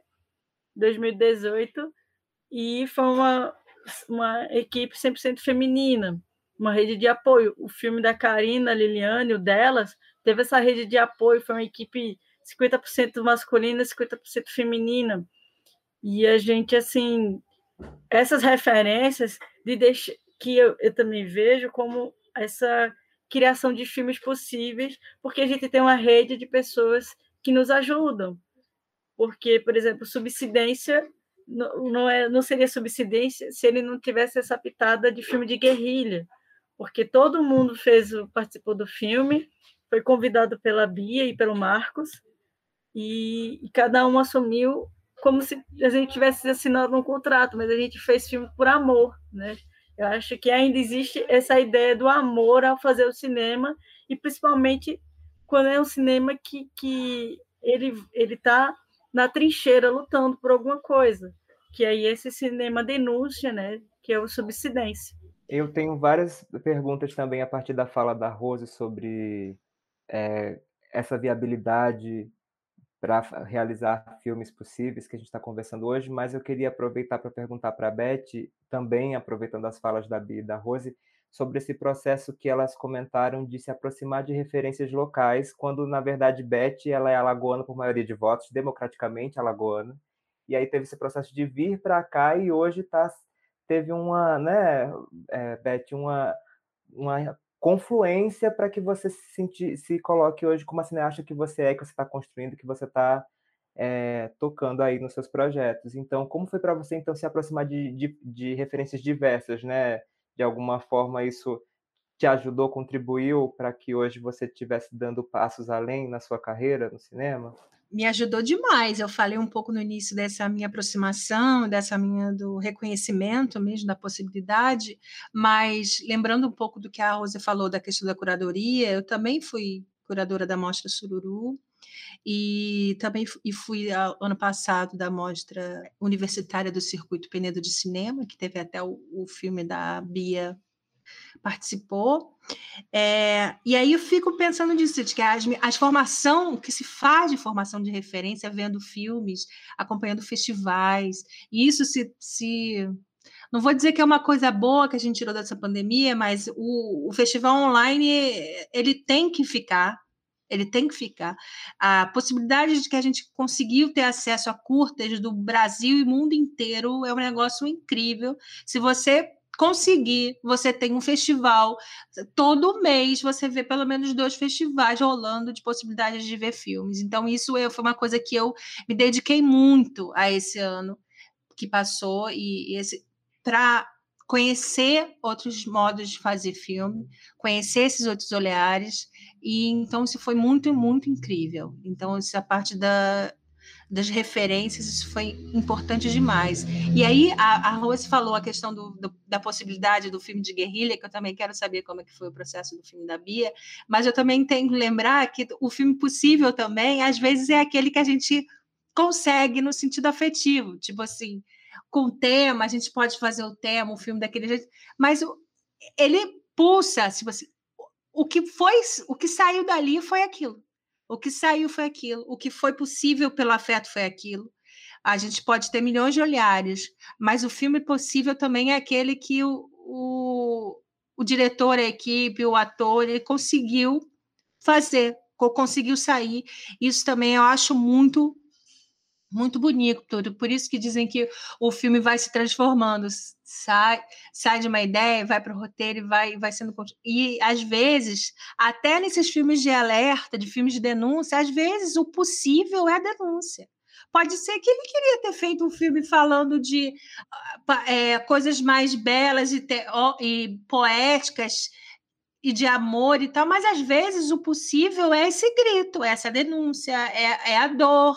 2018, e foi uma equipe 100% feminina, uma rede de apoio. O filme da Karina, Liliane, o delas, teve essa rede de apoio, foi uma equipe 50% masculina, 50% feminina. E a gente, assim, essas referências que eu também vejo como essa criação de filmes possíveis, porque a gente tem uma rede de pessoas que nos ajudam. Porque, por exemplo, Subsidência não seria Subsidência se ele não tivesse essa pitada de filme de guerrilha, porque todo mundo participou do filme, foi convidado pela Bia e pelo Marcos, e cada um assumiu como se a gente tivesse assinado um contrato, mas a gente fez filme por amor, né? Eu acho que ainda existe essa ideia do amor ao fazer o cinema, e principalmente quando é um cinema que ele está na trincheira lutando por alguma coisa, que aí esse cinema denúncia, né? Que é o Subsidência. Eu tenho várias perguntas também a partir da fala da Rose sobre essa viabilidade para realizar filmes possíveis que a gente está conversando hoje, mas eu queria aproveitar para perguntar para a Beth, também aproveitando as falas da Bia e da Rose, sobre esse processo que elas comentaram de se aproximar de referências locais, quando, na verdade, Beth ela é alagoana por maioria de votos, democraticamente alagoana, e aí teve esse processo de vir para cá e hoje teve uma, né, Beth, uma confluência para que você se coloque hoje como a cineasta que você é, que você está construindo, que você está tocando aí nos seus projetos. Então, como foi para você então se aproximar de referências diversas, né? De alguma forma isso te ajudou, contribuiu para que hoje você estivesse dando passos além na sua carreira no cinema? Me ajudou demais. Eu falei um pouco no início dessa minha aproximação, do reconhecimento mesmo da possibilidade, mas lembrando um pouco do que a Rose falou da questão da curadoria, eu também fui curadora da Mostra Sururu, e também fui ano passado da Mostra Universitária do Circuito Penedo de Cinema, que teve até o filme da Bia participou. E aí eu fico pensando nisso, de que as formação que se faz de formação de referência, vendo filmes, acompanhando festivais, e isso se não vou dizer que é uma coisa boa que a gente tirou dessa pandemia, mas o festival online ele tem que ficar. Ele tem que ficar. A possibilidade de que a gente conseguiu ter acesso a curtas do Brasil e mundo inteiro é um negócio incrível. Se você conseguir, você tem um festival, todo mês você vê pelo menos 2 festivais rolando de possibilidades de ver filmes. Então, isso foi uma coisa que eu me dediquei muito a esse ano que passou para conhecer outros modos de fazer filme, conhecer esses outros olhares, e então isso foi muito, muito incrível. Então, essa parte das referências, isso foi importante demais. E aí, a Rose falou a questão da possibilidade do filme de guerrilha, que eu também quero saber como é que foi o processo do filme da Bia, mas eu também tenho que lembrar que o filme possível também, às vezes, é aquele que a gente consegue no sentido afetivo, tipo assim, com o tema, a gente pode fazer o tema, o filme daquele jeito, mas ele pulsa, se você, o que saiu dali foi aquilo. O que saiu foi aquilo. O que foi possível pelo afeto foi aquilo. A gente pode ter milhões de olhares, mas o filme possível também é aquele que o diretor, a equipe, o ator, ele conseguiu fazer, conseguiu sair. Isso também eu acho muito muito bonito, por isso que dizem que o filme vai se transformando, sai de uma ideia, vai para o roteiro e vai sendo. E às vezes, até nesses filmes de alerta, de filmes de denúncia, às vezes o possível é a denúncia. Pode ser que ele queria ter feito um filme falando de coisas mais belas e poéticas e de amor e tal, mas às vezes o possível é esse grito, é essa denúncia, é a dor.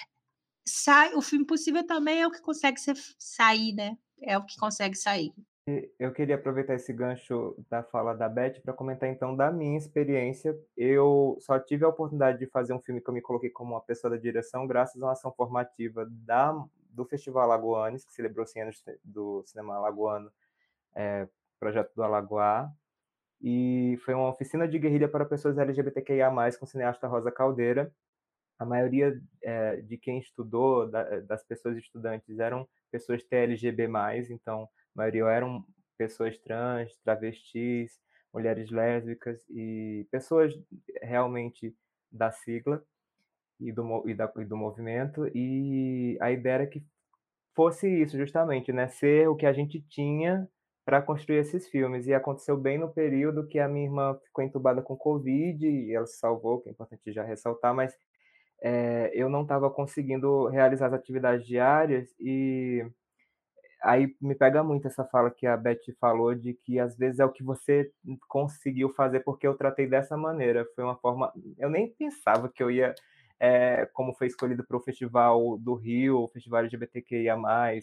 O filme possível também é o que consegue sair, né? É o que consegue sair. Eu queria aproveitar esse gancho da fala da Beth para comentar então da minha experiência. Eu só tive a oportunidade de fazer um filme que eu me coloquei como uma pessoa da direção graças a uma ação formativa do Festival Alagoanes, que celebrou 100 anos do cinema alagoano, projeto do Alagoá, e foi uma oficina de guerrilha para pessoas LGBTQIA+, com o cineasta Rosa Caldeira. A maioria de quem estudou, das pessoas estudantes, eram pessoas TLGB+, então a maioria eram pessoas trans, travestis, mulheres lésbicas e pessoas realmente da sigla e do movimento. E a ideia era que fosse isso, justamente, né? Ser o que a gente tinha para construir esses filmes. E aconteceu bem no período que a minha irmã ficou entubada com Covid e ela se salvou, que é importante já ressaltar, mas eu não estava conseguindo realizar as atividades diárias e aí me pega muito essa fala que a Beth falou de que às vezes é o que você conseguiu fazer porque eu tratei dessa maneira. Foi uma forma. Eu nem pensava que eu ia, como foi escolhido para o Festival do Rio, o Festival LGBTQIA,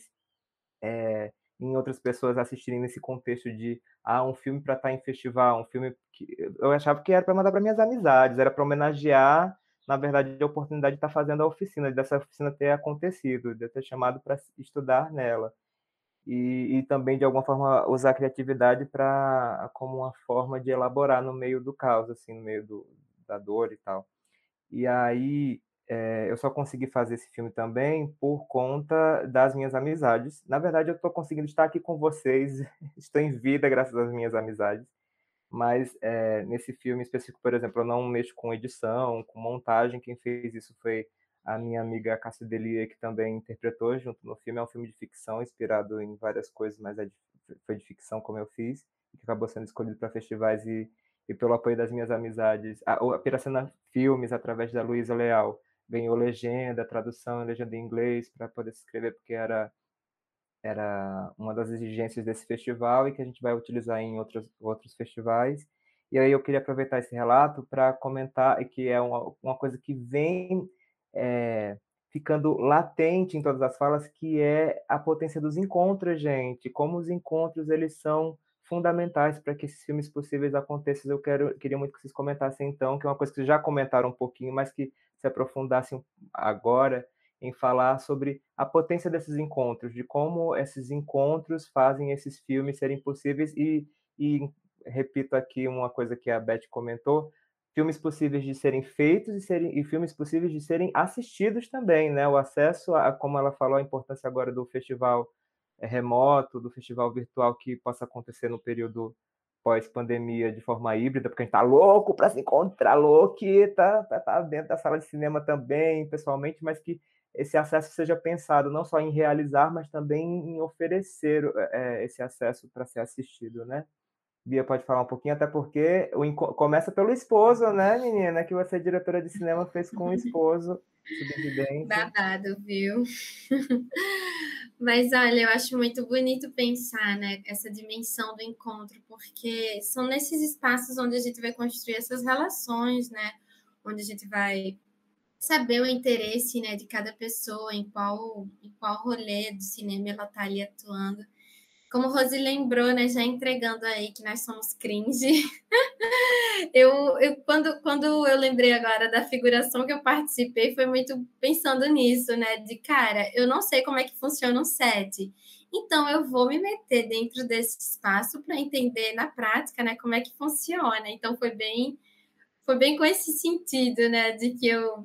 em outras pessoas assistirem nesse contexto de um filme para estar em festival, um filme que eu achava que era para mandar para minhas amizades, era para homenagear, na verdade, a oportunidade de estar fazendo a oficina, dessa oficina ter acontecido, de eu ter chamado para estudar nela. E também, de alguma forma, usar a criatividade como uma forma de elaborar no meio do caos, assim, no meio da dor e tal. E aí, eu só consegui fazer esse filme também por conta das minhas amizades. Na verdade, eu estou conseguindo estar aqui com vocês, estou em vida graças às minhas amizades. Mas nesse filme específico, por exemplo, eu não mexo com edição, com montagem. Quem fez isso foi a minha amiga Cássia Delia, que também interpretou junto no filme. É um filme de ficção, inspirado em várias coisas, mas foi de ficção como eu fiz, que acabou sendo escolhido para festivais e pelo apoio das minhas amizades. A Piracena Filmes, através da Luísa Leal, ganhou legenda, tradução, legenda em inglês para poder se escrever, porque era uma das exigências desse festival e que a gente vai utilizar em outros festivais. E aí eu queria aproveitar esse relato para comentar que é uma coisa que vem ficando latente em todas as falas, que é a potência dos encontros, gente. Como os encontros eles são fundamentais para que esses filmes possíveis aconteçam. Queria muito que vocês comentassem então, que é uma coisa que vocês já comentaram um pouquinho, mas que se aprofundassem agora em falar sobre a potência desses encontros, de como esses encontros fazem esses filmes serem possíveis e repito aqui uma coisa que a Beth comentou, filmes possíveis de serem feitos e filmes possíveis de serem assistidos também, né? O acesso a, como ela falou, a importância agora do festival remoto, do festival virtual que possa acontecer no período pós-pandemia de forma híbrida, porque a gente tá louco para se encontrar, louco, e tá dentro da sala de cinema também, pessoalmente, mas que esse acesso seja pensado não só em realizar, mas também em oferecer esse acesso para ser assistido, né? Bia pode falar um pouquinho, até porque começa pelo esposo, né, menina? Que você, diretora de cinema, fez com o esposo, Subsidência. Babado, viu? Mas olha, eu acho muito bonito pensar, né, essa dimensão do encontro, porque são nesses espaços onde a gente vai construir essas relações, né? Onde a gente vai saber o interesse, né, de cada pessoa, em qual rolê do cinema ela está ali atuando. Como Rose lembrou, né, já entregando aí que nós somos cringe. Quando eu lembrei agora da figuração que eu participei, foi muito pensando nisso, né? De cara, eu não sei como é que funciona um set. Então, eu vou me meter dentro desse espaço para entender na prática, né, como é que funciona. Então, foi bem com esse sentido, né, de que eu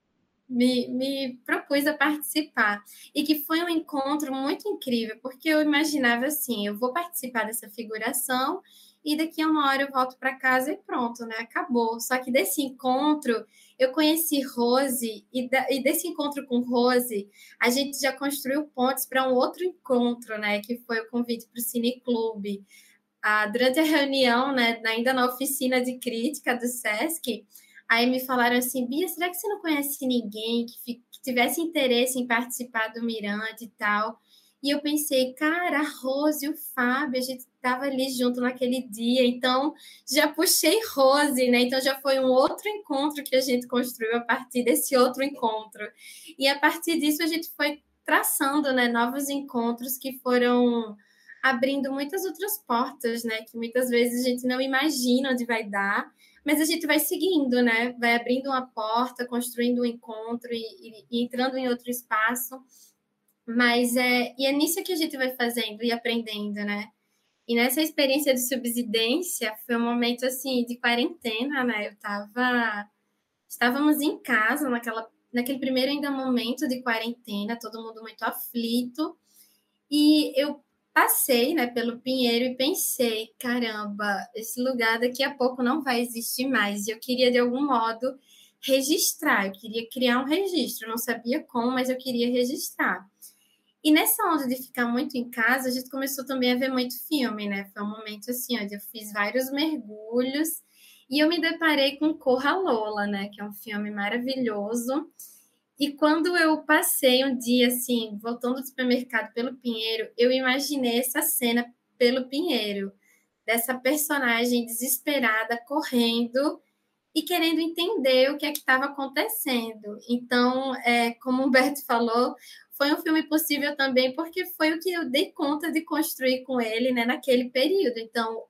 me propus a participar. E que foi um encontro muito incrível, porque eu imaginava assim, eu vou participar dessa figuração e daqui a uma hora eu volto para casa e pronto, né? Acabou. Só que desse encontro, eu conheci Rose e desse encontro com Rose, a gente já construiu pontes para um outro encontro, né? Que foi o convite para o Cineclube. Durante a reunião, né, ainda na oficina de crítica do SESC, aí me falaram assim, Bia, será que você não conhece ninguém que tivesse interesse em participar do Mirante e tal? E eu pensei, cara, a Rose e o Fábio, a gente estava ali junto naquele dia, então já puxei Rose, né? Então já foi um outro encontro que a gente construiu a partir desse outro encontro. E a partir disso a gente foi traçando, né, novos encontros que foram abrindo muitas outras portas, né? Que muitas vezes a gente não imagina onde vai dar, mas a gente vai seguindo, né? Vai abrindo uma porta, construindo um encontro e entrando em outro espaço. Mas é nisso que a gente vai fazendo e aprendendo, né? E nessa experiência de subsidência, foi um momento, assim, de quarentena, né? Estávamos em casa, naquele primeiro ainda momento de quarentena, todo mundo muito aflito. E eu passei, né, pelo Pinheiro e pensei, caramba, esse lugar daqui a pouco não vai existir mais. E eu queria, de algum modo, registrar. Eu queria criar um registro. Eu não sabia como, mas eu queria registrar. E nessa onda de ficar muito em casa, a gente começou também a ver muito filme, né? Foi um momento assim, onde eu fiz vários mergulhos e eu me deparei com Corra Lola, né? Que é um filme maravilhoso. E quando eu passei um dia, assim, voltando do supermercado pelo Pinheiro, eu imaginei essa cena pelo Pinheiro, dessa personagem desesperada, correndo e querendo entender o que é que estava acontecendo. Então, como o Humberto falou, foi um filme possível também porque foi o que eu dei conta de construir com ele, né, naquele período. Então,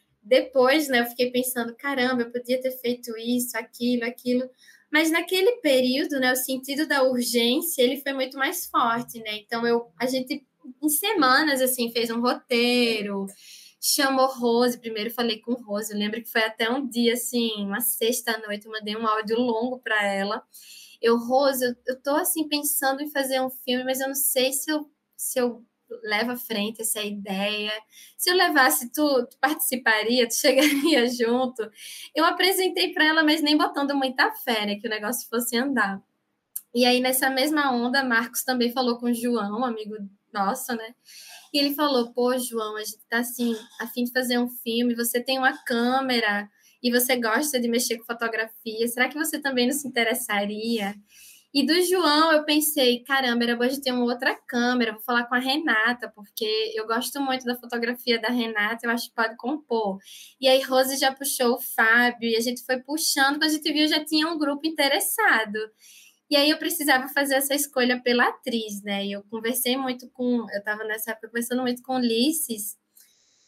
depois, né, eu fiquei pensando, caramba, eu podia ter feito isso, aquilo. Mas naquele período, né, o sentido da urgência, ele foi muito mais forte, né? Então, a gente, em semanas, assim, fez um roteiro, chamou Rose, primeiro falei com Rose, eu lembro que foi até um dia, assim, uma sexta-noite, eu mandei um áudio longo para ela. Rose, eu tô, assim, pensando em fazer um filme, mas eu não sei se eu levo à frente essa ideia. Se eu levasse, tu participaria, tu chegaria junto. Eu apresentei para ela, mas nem botando muita fé, né, que o negócio fosse andar. E aí, nessa mesma onda, Marcos também falou com o João, um amigo nosso, né? E ele falou, pô, João, a gente tá, assim, a fim de fazer um filme, você tem uma câmera e você gosta de mexer com fotografia, será que você também não se interessaria? E do João, eu pensei, caramba, era bom de ter uma outra câmera, vou falar com a Renata, porque eu gosto muito da fotografia da Renata, eu acho que pode compor. E aí, Rose já puxou o Fábio, e a gente foi puxando, quando a gente viu, já tinha um grupo interessado. E aí, eu precisava fazer essa escolha pela atriz, né? E eu conversei muito eu estava nessa época conversando muito com Ulisses,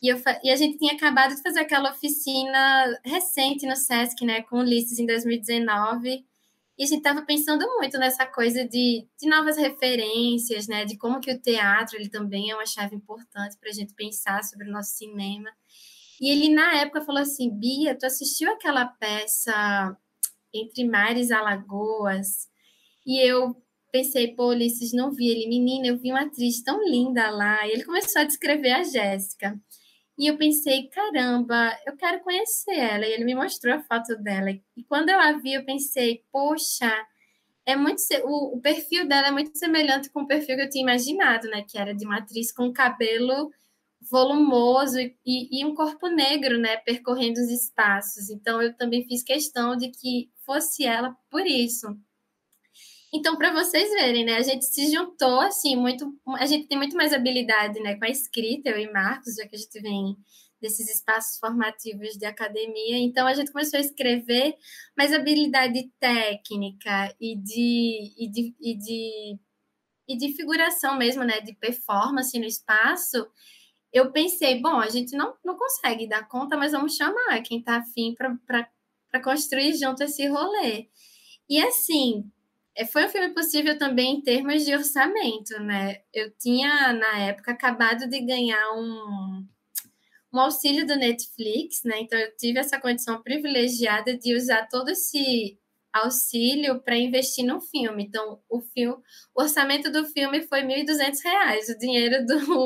E a gente tinha acabado de fazer aquela oficina recente no Sesc, né, com Ulisses em 2019, e a gente estava pensando muito nessa coisa de novas referências, né, de como que o teatro ele também é uma chave importante para a gente pensar sobre o nosso cinema. E ele, na época, falou assim, Bia, tu assistiu aquela peça Entre Mares e Alagoas? E eu pensei, pô, Ulisses, não vi ele. Menina, eu vi uma atriz tão linda lá. E ele começou a descrever a Jéssica. E eu pensei, caramba, eu quero conhecer ela. E ele me mostrou a foto dela. E quando eu a vi, eu pensei, poxa, o perfil dela é muito semelhante com o perfil que eu tinha imaginado, né? Que era de uma atriz com cabelo volumoso e um corpo negro, né? Percorrendo os espaços. Então, eu também fiz questão de que fosse ela por isso. Então, para vocês verem, né, a gente se juntou, assim, a gente tem muito mais habilidade, né, com a escrita, eu e Marcos, já que a gente vem desses espaços formativos de academia, então a gente começou a escrever, mas habilidade técnica e de figuração mesmo, né, de performance no espaço, eu pensei, bom, a gente não consegue dar conta, mas vamos chamar quem está afim para construir junto esse rolê. E assim, foi um filme possível também em termos de orçamento, né? Eu tinha, na época, acabado de ganhar um auxílio do Netflix, né? Então, eu tive essa condição privilegiada de usar todo esse auxílio para investir no filme. Então, o orçamento do filme foi R$ 1.200, o dinheiro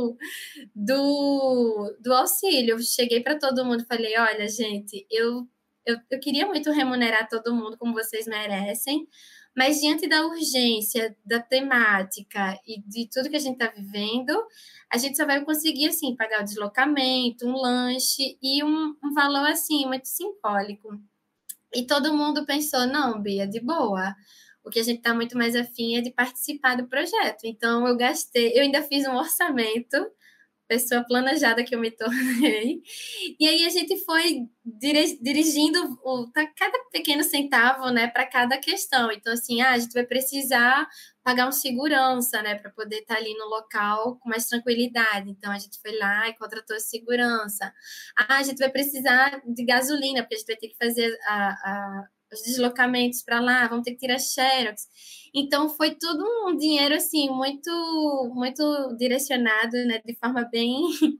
do auxílio. Eu cheguei para todo mundo e falei, olha, gente, eu queria muito remunerar todo mundo como vocês merecem, mas diante da urgência, da temática e de tudo que a gente está vivendo, a gente só vai conseguir, assim, pagar o deslocamento, um lanche e um valor, assim, muito simbólico. E todo mundo pensou, não, Bia, de boa. O que a gente está muito mais afim é de participar do projeto. Então, eu ainda fiz um orçamento, pessoa planejada que eu me tornei. E aí a gente foi dirigindo cada pequeno centavo, né, para cada questão. Então, assim, a gente vai precisar pagar um segurança, né, para poder estar ali no local com mais tranquilidade. Então, a gente foi lá e contratou segurança. A gente vai precisar de gasolina, porque a gente vai ter que fazer os deslocamentos para lá, vamos ter que tirar xerox. Então, foi tudo um dinheiro, assim, muito, muito direcionado, né, de forma bem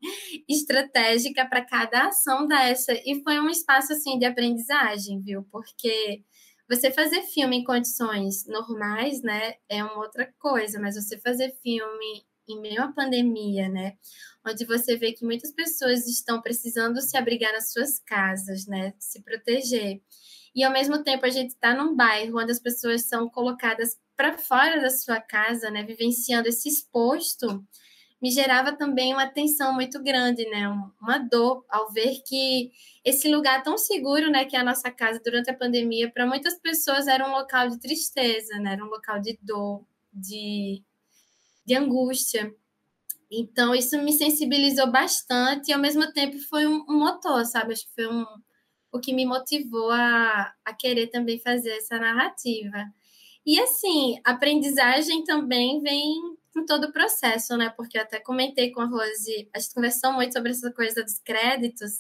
estratégica para cada ação dessa. E foi um espaço, assim, de aprendizagem, viu? Porque você fazer filme em condições normais, né, é uma outra coisa, mas você fazer filme em meio à pandemia, né, onde você vê que muitas pessoas estão precisando se abrigar nas suas casas, né, se proteger. E, ao mesmo tempo, a gente está num bairro onde as pessoas são colocadas para fora da sua casa, né, vivenciando esse exposto, me gerava também uma tensão muito grande, né, uma dor ao ver que esse lugar tão seguro, né, que é a nossa casa durante a pandemia, para muitas pessoas era um local de tristeza, né, era um local de dor, de angústia. Então, isso me sensibilizou bastante e, ao mesmo tempo, foi um motor, sabe? Acho que foi o que me motivou a querer também fazer essa narrativa. E, assim, a aprendizagem também vem com todo o processo, né? Porque eu até comentei com a Rose, a gente conversou muito sobre essa coisa dos créditos,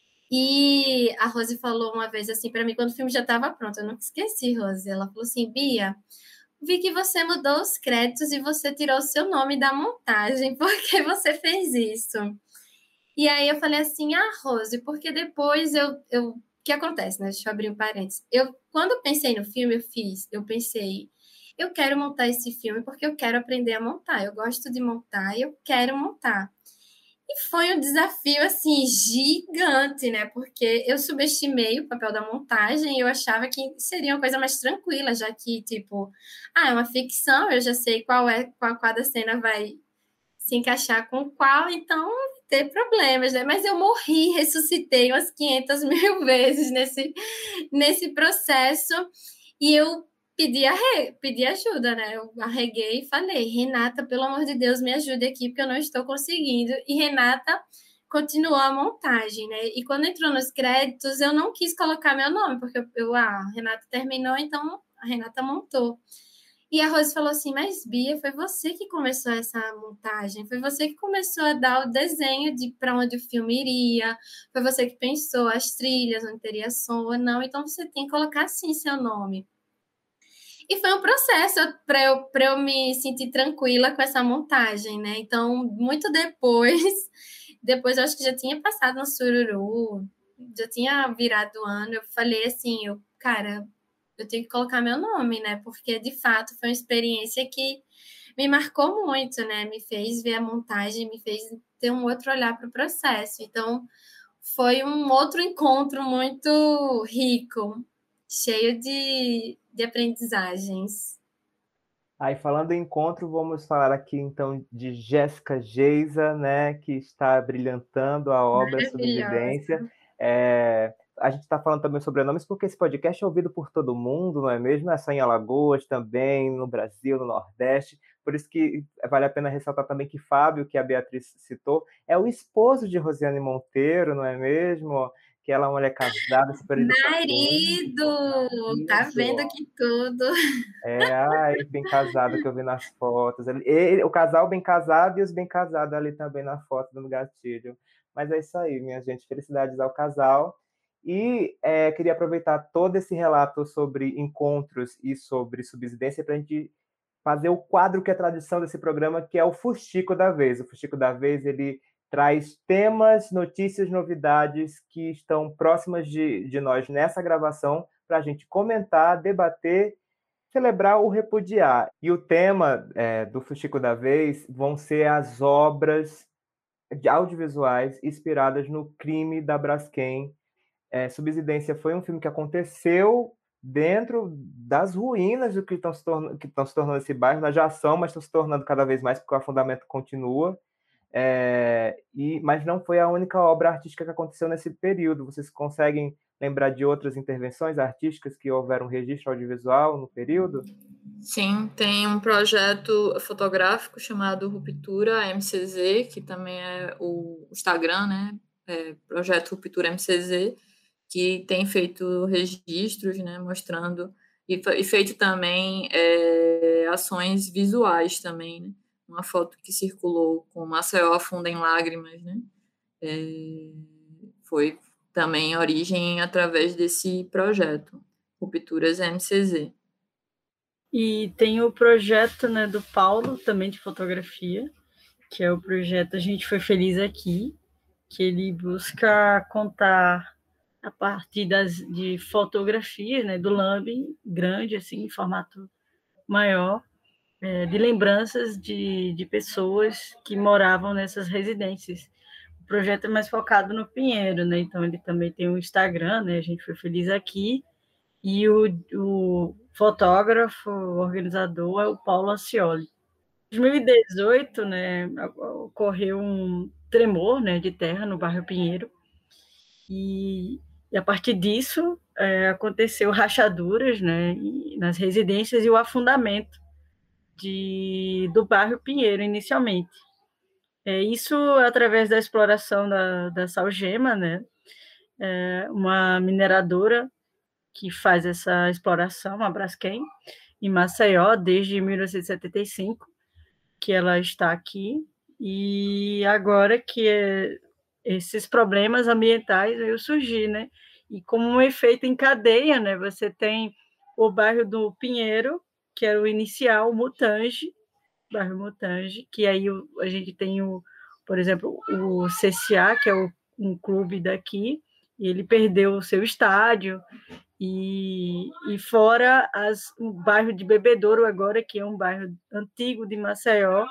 e a Rose falou uma vez assim para mim, quando o filme já estava pronto, eu nunca esqueci, Rose, ela falou assim, Bia, vi que você mudou os créditos e você tirou o seu nome da montagem, por que você fez isso? E aí eu falei assim, Rose, porque depois o que acontece, né? Deixa eu abrir um parênteses. Quando eu pensei no filme, eu pensei, eu quero montar esse filme porque eu quero aprender a montar. Eu gosto de montar e eu quero montar. E foi um desafio, assim, gigante, né? Porque eu subestimei o papel da montagem e eu achava que seria uma coisa mais tranquila, já que, tipo, é uma ficção, eu já sei qual cada cena vai se encaixar com qual, então ter problemas, né? Mas eu morri, ressuscitei umas 500 mil vezes nesse processo e eu pedi ajuda, né? Eu arreguei e falei, Renata, pelo amor de Deus, me ajude aqui, porque eu não estou conseguindo. E Renata continuou a montagem, né? E quando entrou nos créditos, eu não quis colocar meu nome, porque a Renata terminou, então a Renata montou. E a Rose falou assim, mas Bia, foi você que começou essa montagem, foi você que começou a dar o desenho de para onde o filme iria, foi você que pensou as trilhas, onde teria som ou não, então você tem que colocar sim seu nome. E foi um processo para eu me sentir tranquila com essa montagem, né? Então, muito depois eu acho que já tinha passado no Sururu, já tinha virado o ano, eu falei assim, cara, eu tenho que colocar meu nome, né? Porque, de fato, foi uma experiência que me marcou muito, né? Me fez ver a montagem, me fez ter um outro olhar para o processo. Então, foi um outro encontro muito rico, cheio de aprendizagens. Aí, falando em encontro, vamos falar aqui então de Jéssica Geisa, né, que está brilhantando a obra Subsidência. A gente está falando também sobre nomes porque esse podcast é ouvido por todo mundo, não é mesmo? É só em Alagoas também, no Brasil, no Nordeste. Por isso que vale a pena ressaltar também que Fábio, que a Beatriz citou, é o esposo de Rosiane Monteiro, não é mesmo? Que ela é uma mulher casada, super Marido! Tá vendo aqui tudo. Ai, bem casado que eu vi nas fotos. O casal bem casado e os bem casados ali também na foto, dando gatilho. Mas é isso aí, minha gente. Felicidades ao casal. E queria aproveitar todo esse relato sobre encontros e sobre subsidência para a gente fazer o quadro que é tradição desse programa, que é o Fuxico da Vez. O Fuxico da Vez, ele traz temas, notícias, novidades que estão próximas de nós nessa gravação para a gente comentar, debater, celebrar ou repudiar. E o tema do Fuxico da Vez vão ser as obras audiovisuais inspiradas no crime da Braskem. Subsidência foi um filme que aconteceu dentro das ruínas do que estão se tornando esse bairro. Nós já são, mas estão se tornando cada vez mais, porque o afundamento continua. Mas não foi a única obra artística que aconteceu nesse período. Vocês conseguem lembrar de outras intervenções artísticas que houveram registro audiovisual no período? Sim, tem um projeto fotográfico chamado Ruptura MCZ, que também é o Instagram, né? Projeto Ruptura MCZ, que tem feito registros, né? Mostrando, e feito também ações visuais também, né? Uma foto que circulou com Maceió afunda em lágrimas, né? Foi também origem através desse projeto, Rupturas MCZ. E tem o projeto, né, do Paulo, também de fotografia, que é o projeto A Gente Foi Feliz Aqui, que ele busca contar a partir de fotografias, né, do Lamb, grande, assim, em formato maior, de lembranças de pessoas que moravam nessas residências. O projeto é mais focado no Pinheiro, né? Então ele também tem um Instagram, né? A Gente Foi Feliz Aqui, e o fotógrafo, o organizador é o Paulo Acioli. Em 2018, né, ocorreu um tremor, né, de terra no bairro Pinheiro, e a partir disso aconteceu rachaduras, né, nas residências e o afundamento do bairro Pinheiro inicialmente. Isso através da exploração da Salgema, né, uma mineradora que faz essa exploração, a Braskem, em Maceió, desde 1975, que ela está aqui, e agora que esses problemas ambientais veio surgir, né? E como um efeito em cadeia, né? Você tem o bairro do Pinheiro, que era o inicial, o Mutange, bairro Mutange, que aí a gente tem, por exemplo, o CCA, que é um clube daqui, e ele perdeu o seu estádio, e fora o bairro de Bebedouro agora, que é um bairro antigo de Maceió,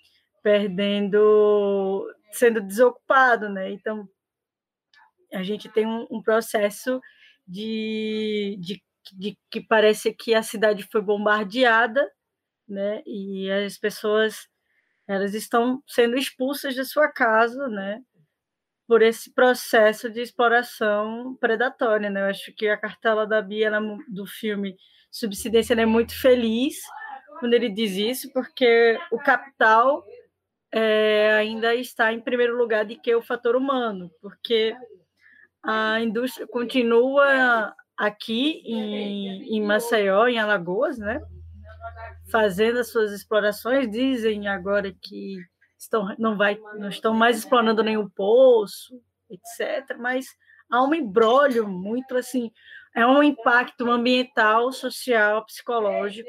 sendo desocupado, né? Então, a gente tem um processo de que parece que a cidade foi bombardeada, né? E as pessoas elas estão sendo expulsas da sua casa, né? Por esse processo de exploração predatória, né? Eu acho que a cartela da Bia do filme Subsidência é muito feliz quando ele diz isso, porque o capital ainda está em primeiro lugar de que o fator humano, porque a indústria continua aqui em Maceió, em Alagoas, né? fazendo as suas explorações, dizem agora que não estão mais explorando nenhum poço, etc. Mas há um imbróglio muito assim, é um impacto ambiental, social, psicológico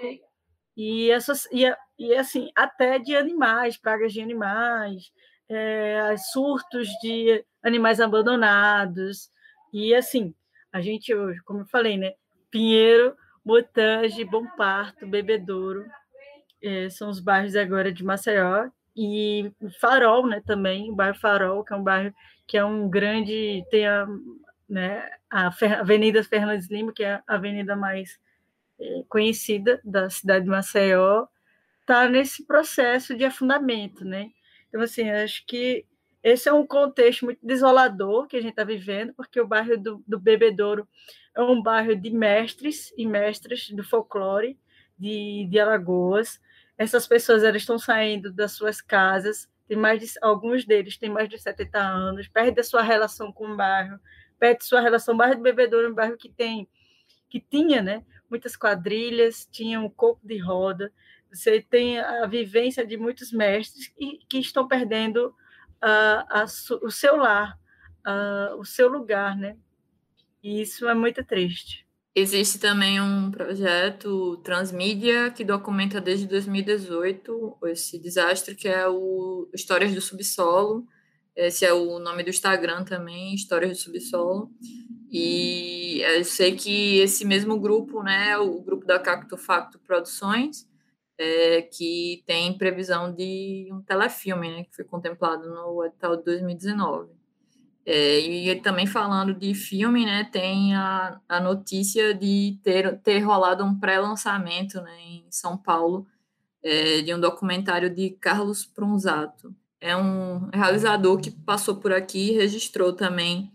e assim, até de animais, pragas de animais, surtos de animais abandonados. E assim, a gente hoje, como eu falei, né? Pinheiro, Mutange, Bom Parto, Bebedouro, são os bairros agora de Maceió, e Farol, né, também, o bairro Farol, que é um bairro que é um grande, tem a Avenida Fernandes Lima, que é a avenida mais conhecida da cidade de Maceió, está nesse processo de afundamento, né? Então, assim, acho que esse é um contexto muito desolador que a gente está vivendo, porque o bairro do Bebedouro é um bairro de mestres e mestras do folclore de Alagoas. Essas pessoas elas estão saindo das suas casas, alguns deles têm mais de 70 anos, perde a sua relação com o bairro, perde sua relação. O bairro do Bebedouro é um bairro que tinha, né, muitas quadrilhas, tinha um corpo de roda. Você tem a vivência de muitos mestres que estão perdendo o seu lar, o seu lugar, né? E isso é muito triste. Existe também um projeto Transmídia que documenta desde 2018 esse desastre, que é o Histórias do Subsolo. Esse é o nome do Instagram também, Histórias do Subsolo. E eu sei que esse mesmo grupo, né, o grupo da Cacto Facto Produções, que tem previsão de um telefilme, né, que foi contemplado no edital de 2019. E também falando de filme, né, tem a notícia de ter rolado um pré-lançamento, né, em São Paulo, de um documentário de Carlos Pronzato. É um realizador que passou por aqui e registrou também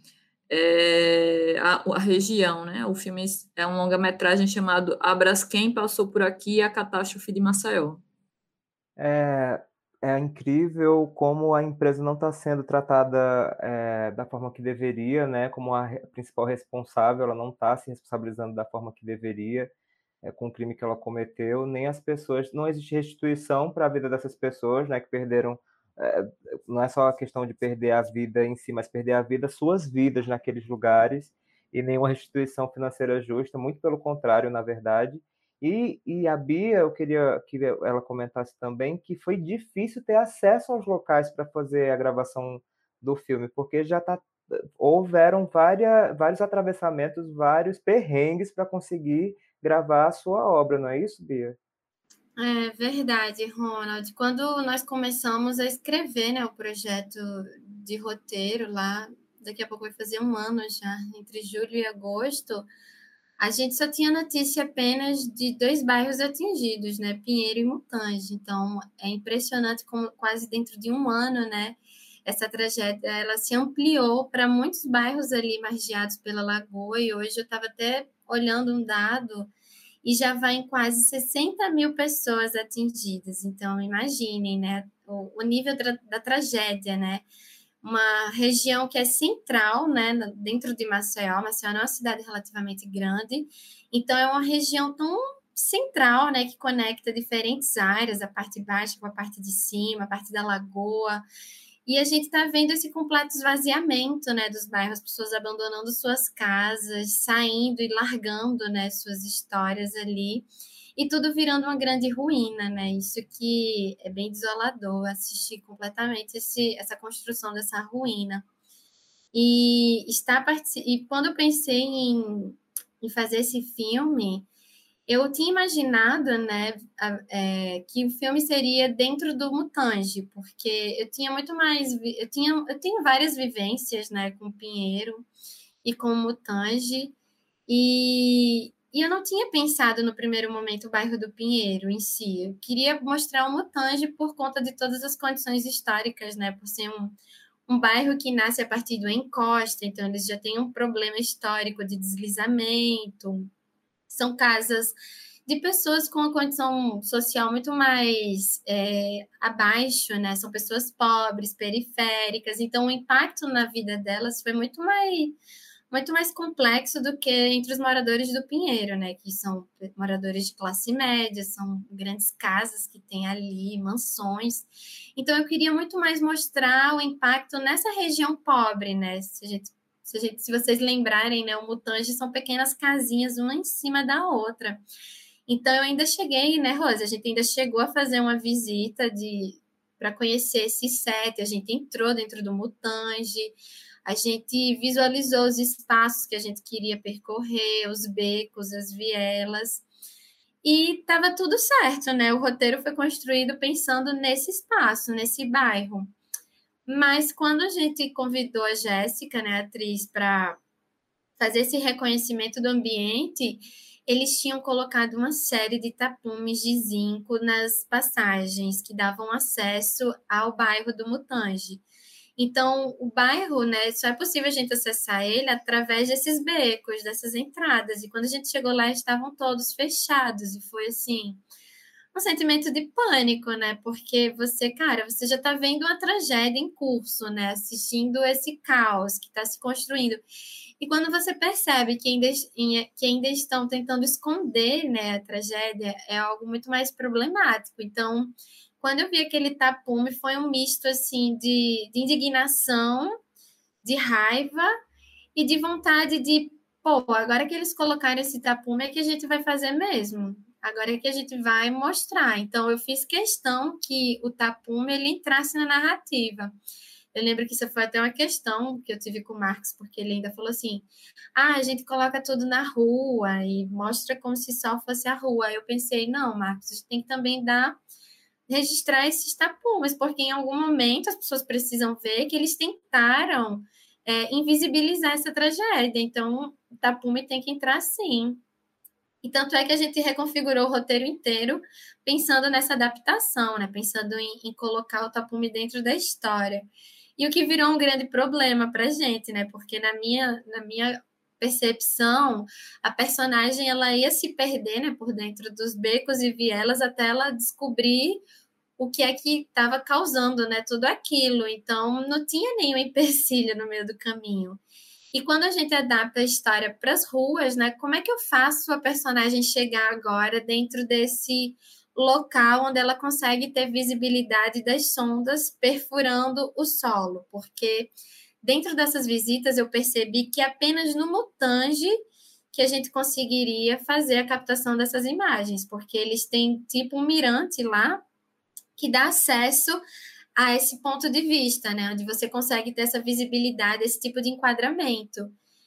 a região, né? O filme é um longa-metragem chamado A Braskem Passou por Aqui e a Catástrofe de Maceió. É incrível como a empresa não está sendo tratada da forma que deveria, né? Como a principal responsável, ela não está se responsabilizando da forma que deveria com o crime que ela cometeu, nem as pessoas, não existe restituição para a vida dessas pessoas, né? Que perderam, não é só a questão de perder a vida em si, mas perder a vida, suas vidas naqueles lugares, e nenhuma restituição financeira justa, muito pelo contrário, na verdade. E a Bia, eu queria que ela comentasse também que foi difícil ter acesso aos locais para fazer a gravação do filme, porque houveram vários atravessamentos, vários perrengues para conseguir gravar a sua obra, não é isso, Bia? É verdade, Ronald. Quando nós começamos a escrever, né, o projeto de roteiro lá, daqui a pouco vai fazer um ano já, entre julho e agosto, a gente só tinha notícia apenas de 2 bairros atingidos, né? Pinheiro e Mutange. Então, é impressionante como quase dentro de um ano, né? Essa tragédia, ela se ampliou para muitos bairros ali margeados pela lagoa. E hoje eu estava até olhando um dado e já vai em quase 60 mil pessoas atingidas. Então, imaginem, né? O nível da tragédia, né? Uma região que é central, né, dentro de Maceió. Maceió é uma cidade relativamente grande, então é uma região tão central, né, que conecta diferentes áreas, a parte baixa com a parte de cima, a parte da lagoa, e a gente está vendo esse completo esvaziamento, né, dos bairros, as pessoas abandonando suas casas, saindo e largando, né, suas histórias ali, e tudo virando uma grande ruína, né? Isso que é bem desolador, assistir completamente essa construção dessa ruína. E quando eu pensei em fazer esse filme, eu tinha imaginado, né, que o filme seria dentro do Mutange, porque eu tinha muito mais, eu tenho várias vivências, né, com Pinheiro e com Mutange, e eu não tinha pensado no primeiro momento o bairro do Pinheiro em si. Eu queria mostrar o Mutange por conta de todas as condições históricas, né? Por ser um bairro que nasce a partir do encosta, então eles já têm um problema histórico de deslizamento. São casas de pessoas com uma condição social muito mais abaixo, né? São pessoas pobres, periféricas, então o impacto na vida delas foi muito muito mais complexo do que entre os moradores do Pinheiro, né? Que são moradores de classe média, são grandes casas que tem ali, mansões. Então, eu queria muito mais mostrar o impacto nessa região pobre, né? Se vocês lembrarem, né? O Mutange são pequenas casinhas, uma em cima da outra. Então, eu ainda cheguei, né, Rose? A gente ainda chegou a fazer uma visita para conhecer esse set. A gente entrou dentro do Mutange, a gente visualizou os espaços que a gente queria percorrer, os becos, as vielas, e estava tudo certo, né? O roteiro foi construído pensando nesse espaço, nesse bairro. Mas quando a gente convidou a Jéssica, né, a atriz, para fazer esse reconhecimento do ambiente, eles tinham colocado uma série de tapumes de zinco nas passagens que davam acesso ao bairro do Mutange. Então, o bairro, né, só é possível a gente acessar ele através desses becos, dessas entradas. E quando a gente chegou lá, estavam todos fechados. E foi, assim, um sentimento de pânico, né? Porque você já está vendo uma tragédia em curso, né? Assistindo esse caos que está se construindo. E quando você percebe que ainda estão tentando esconder, né, a tragédia, é algo muito mais problemático. Então, quando eu vi aquele tapume, foi um misto assim de indignação, de raiva e de vontade de, agora que eles colocaram esse tapume é que a gente vai fazer mesmo. Agora é que a gente vai mostrar. Então, eu fiz questão que o tapume ele entrasse na narrativa. Eu lembro que isso foi até uma questão que eu tive com o Marcos, porque ele ainda falou assim, a gente coloca tudo na rua e mostra como se só fosse a rua. Aí eu pensei, não, Marcos, a gente tem que também registrar esses tapumes, porque em algum momento as pessoas precisam ver que eles tentaram invisibilizar essa tragédia. Então, o tapume tem que entrar sim. E tanto é que a gente reconfigurou o roteiro inteiro pensando nessa adaptação, né? Pensando em colocar o tapume dentro da história. E o que virou um grande problema para a gente, né? Porque na minha percepção, a personagem ela ia se perder, né, por dentro dos becos e vielas até ela descobrir o que é que estava causando, né, tudo aquilo. Então, não tinha nenhum empecilho no meio do caminho. E quando a gente adapta a história para as ruas, né, como é que eu faço a personagem chegar agora dentro desse local onde ela consegue ter visibilidade das sondas perfurando o solo? Porque dentro dessas visitas eu percebi que apenas no Mutange que a gente conseguiria fazer a captação dessas imagens, porque eles têm tipo um mirante lá que dá acesso a esse ponto de vista, né? Onde você consegue ter essa visibilidade, esse tipo de enquadramento.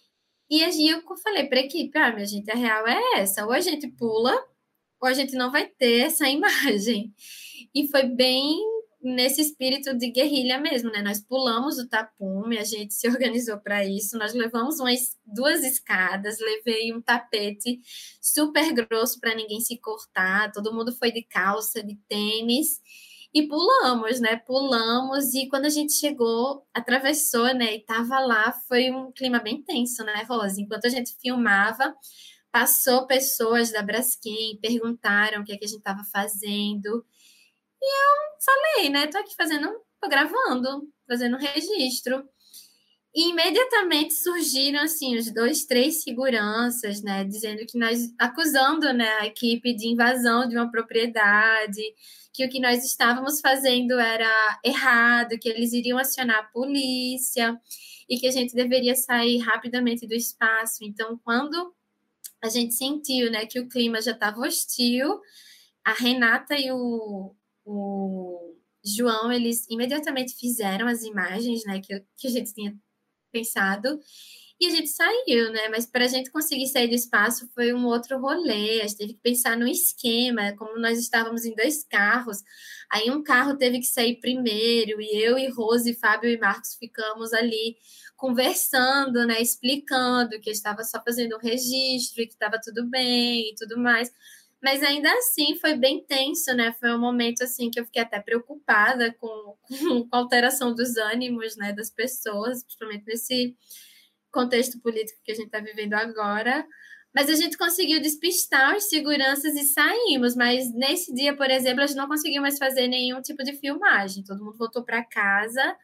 E aí eu falei para a equipe, minha gente, a real é essa, ou a gente pula, ou a gente não vai ter essa imagem. E foi bem nesse espírito de guerrilha mesmo, né? Nós pulamos o tapume, a gente se organizou para isso, nós levamos 2 escadas, levei um tapete super grosso para ninguém se cortar, todo mundo foi de calça, de tênis, e pulamos, né? Pulamos, e quando a gente chegou, atravessou, né? E tava lá, foi um clima bem tenso, né, Rose? Enquanto a gente filmava, passou pessoas da Braskem, perguntaram o que é que a gente estava fazendo. E eu falei, né? Tô gravando, fazendo um registro. E imediatamente surgiram, assim, os 2, 3 seguranças, né? Dizendo que acusando, né, a equipe de invasão de uma propriedade, que o que nós estávamos fazendo era errado, que eles iriam acionar a polícia e que a gente deveria sair rapidamente do espaço. Então, quando a gente sentiu, né, que o clima já estava hostil, a Renata e o João, eles imediatamente fizeram as imagens, né, que a gente tinha pensado, e a gente saiu, né? Mas para a gente conseguir sair do espaço foi um outro rolê. A gente teve que pensar no esquema, como nós estávamos em 2 carros. Aí um carro teve que sair primeiro, e eu e Rose, Fábio e Marcos ficamos ali conversando, né? Explicando que eu estava só fazendo um registro e que estava tudo bem e tudo mais. Mas ainda assim foi bem tenso, né? Foi um momento assim que eu fiquei até preocupada com a alteração dos ânimos, né, das pessoas, principalmente nesse contexto político que a gente está vivendo agora. Mas a gente conseguiu despistar os seguranças e saímos. Mas nesse dia, por exemplo, a gente não conseguiu mais fazer nenhum tipo de filmagem. Todo mundo voltou para casa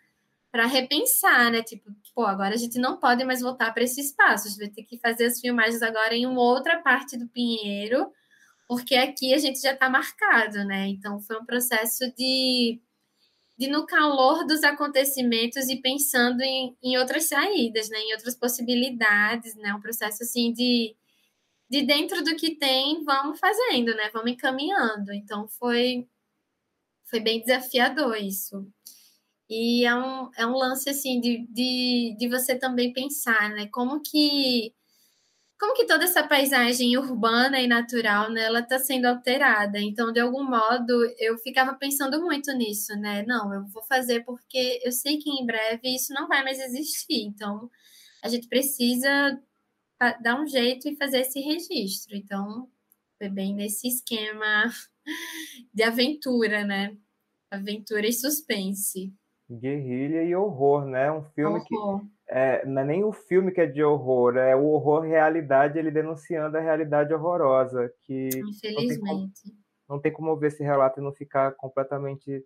para repensar, né? Tipo, pô, agora a gente não pode mais voltar para esse espaço, a gente vai ter que fazer as filmagens agora em uma outra parte do Pinheiro, porque aqui a gente já está marcado, né? Então foi um processo de no calor dos acontecimentos e pensando em outras saídas, né? Em outras possibilidades, né? Um processo assim de dentro do que tem, vamos fazendo, né? Vamos encaminhando. Então foi bem desafiador isso. E é um lance assim de você também pensar, né? Como que toda essa paisagem urbana e natural, né, ela está sendo alterada. Então, de algum modo, eu ficava pensando muito nisso, né? Não, eu vou fazer porque eu sei que em breve isso não vai mais existir. Então, a gente precisa dar um jeito e fazer esse registro. Então, foi bem nesse esquema de aventura, né? Aventura e suspense. Guerrilha e horror, né? Um filme que Horror. não é nem o filme que é de horror, é o horror realidade, ele denunciando a realidade horrorosa, que Infelizmente. não tem como ver esse relato e não ficar completamente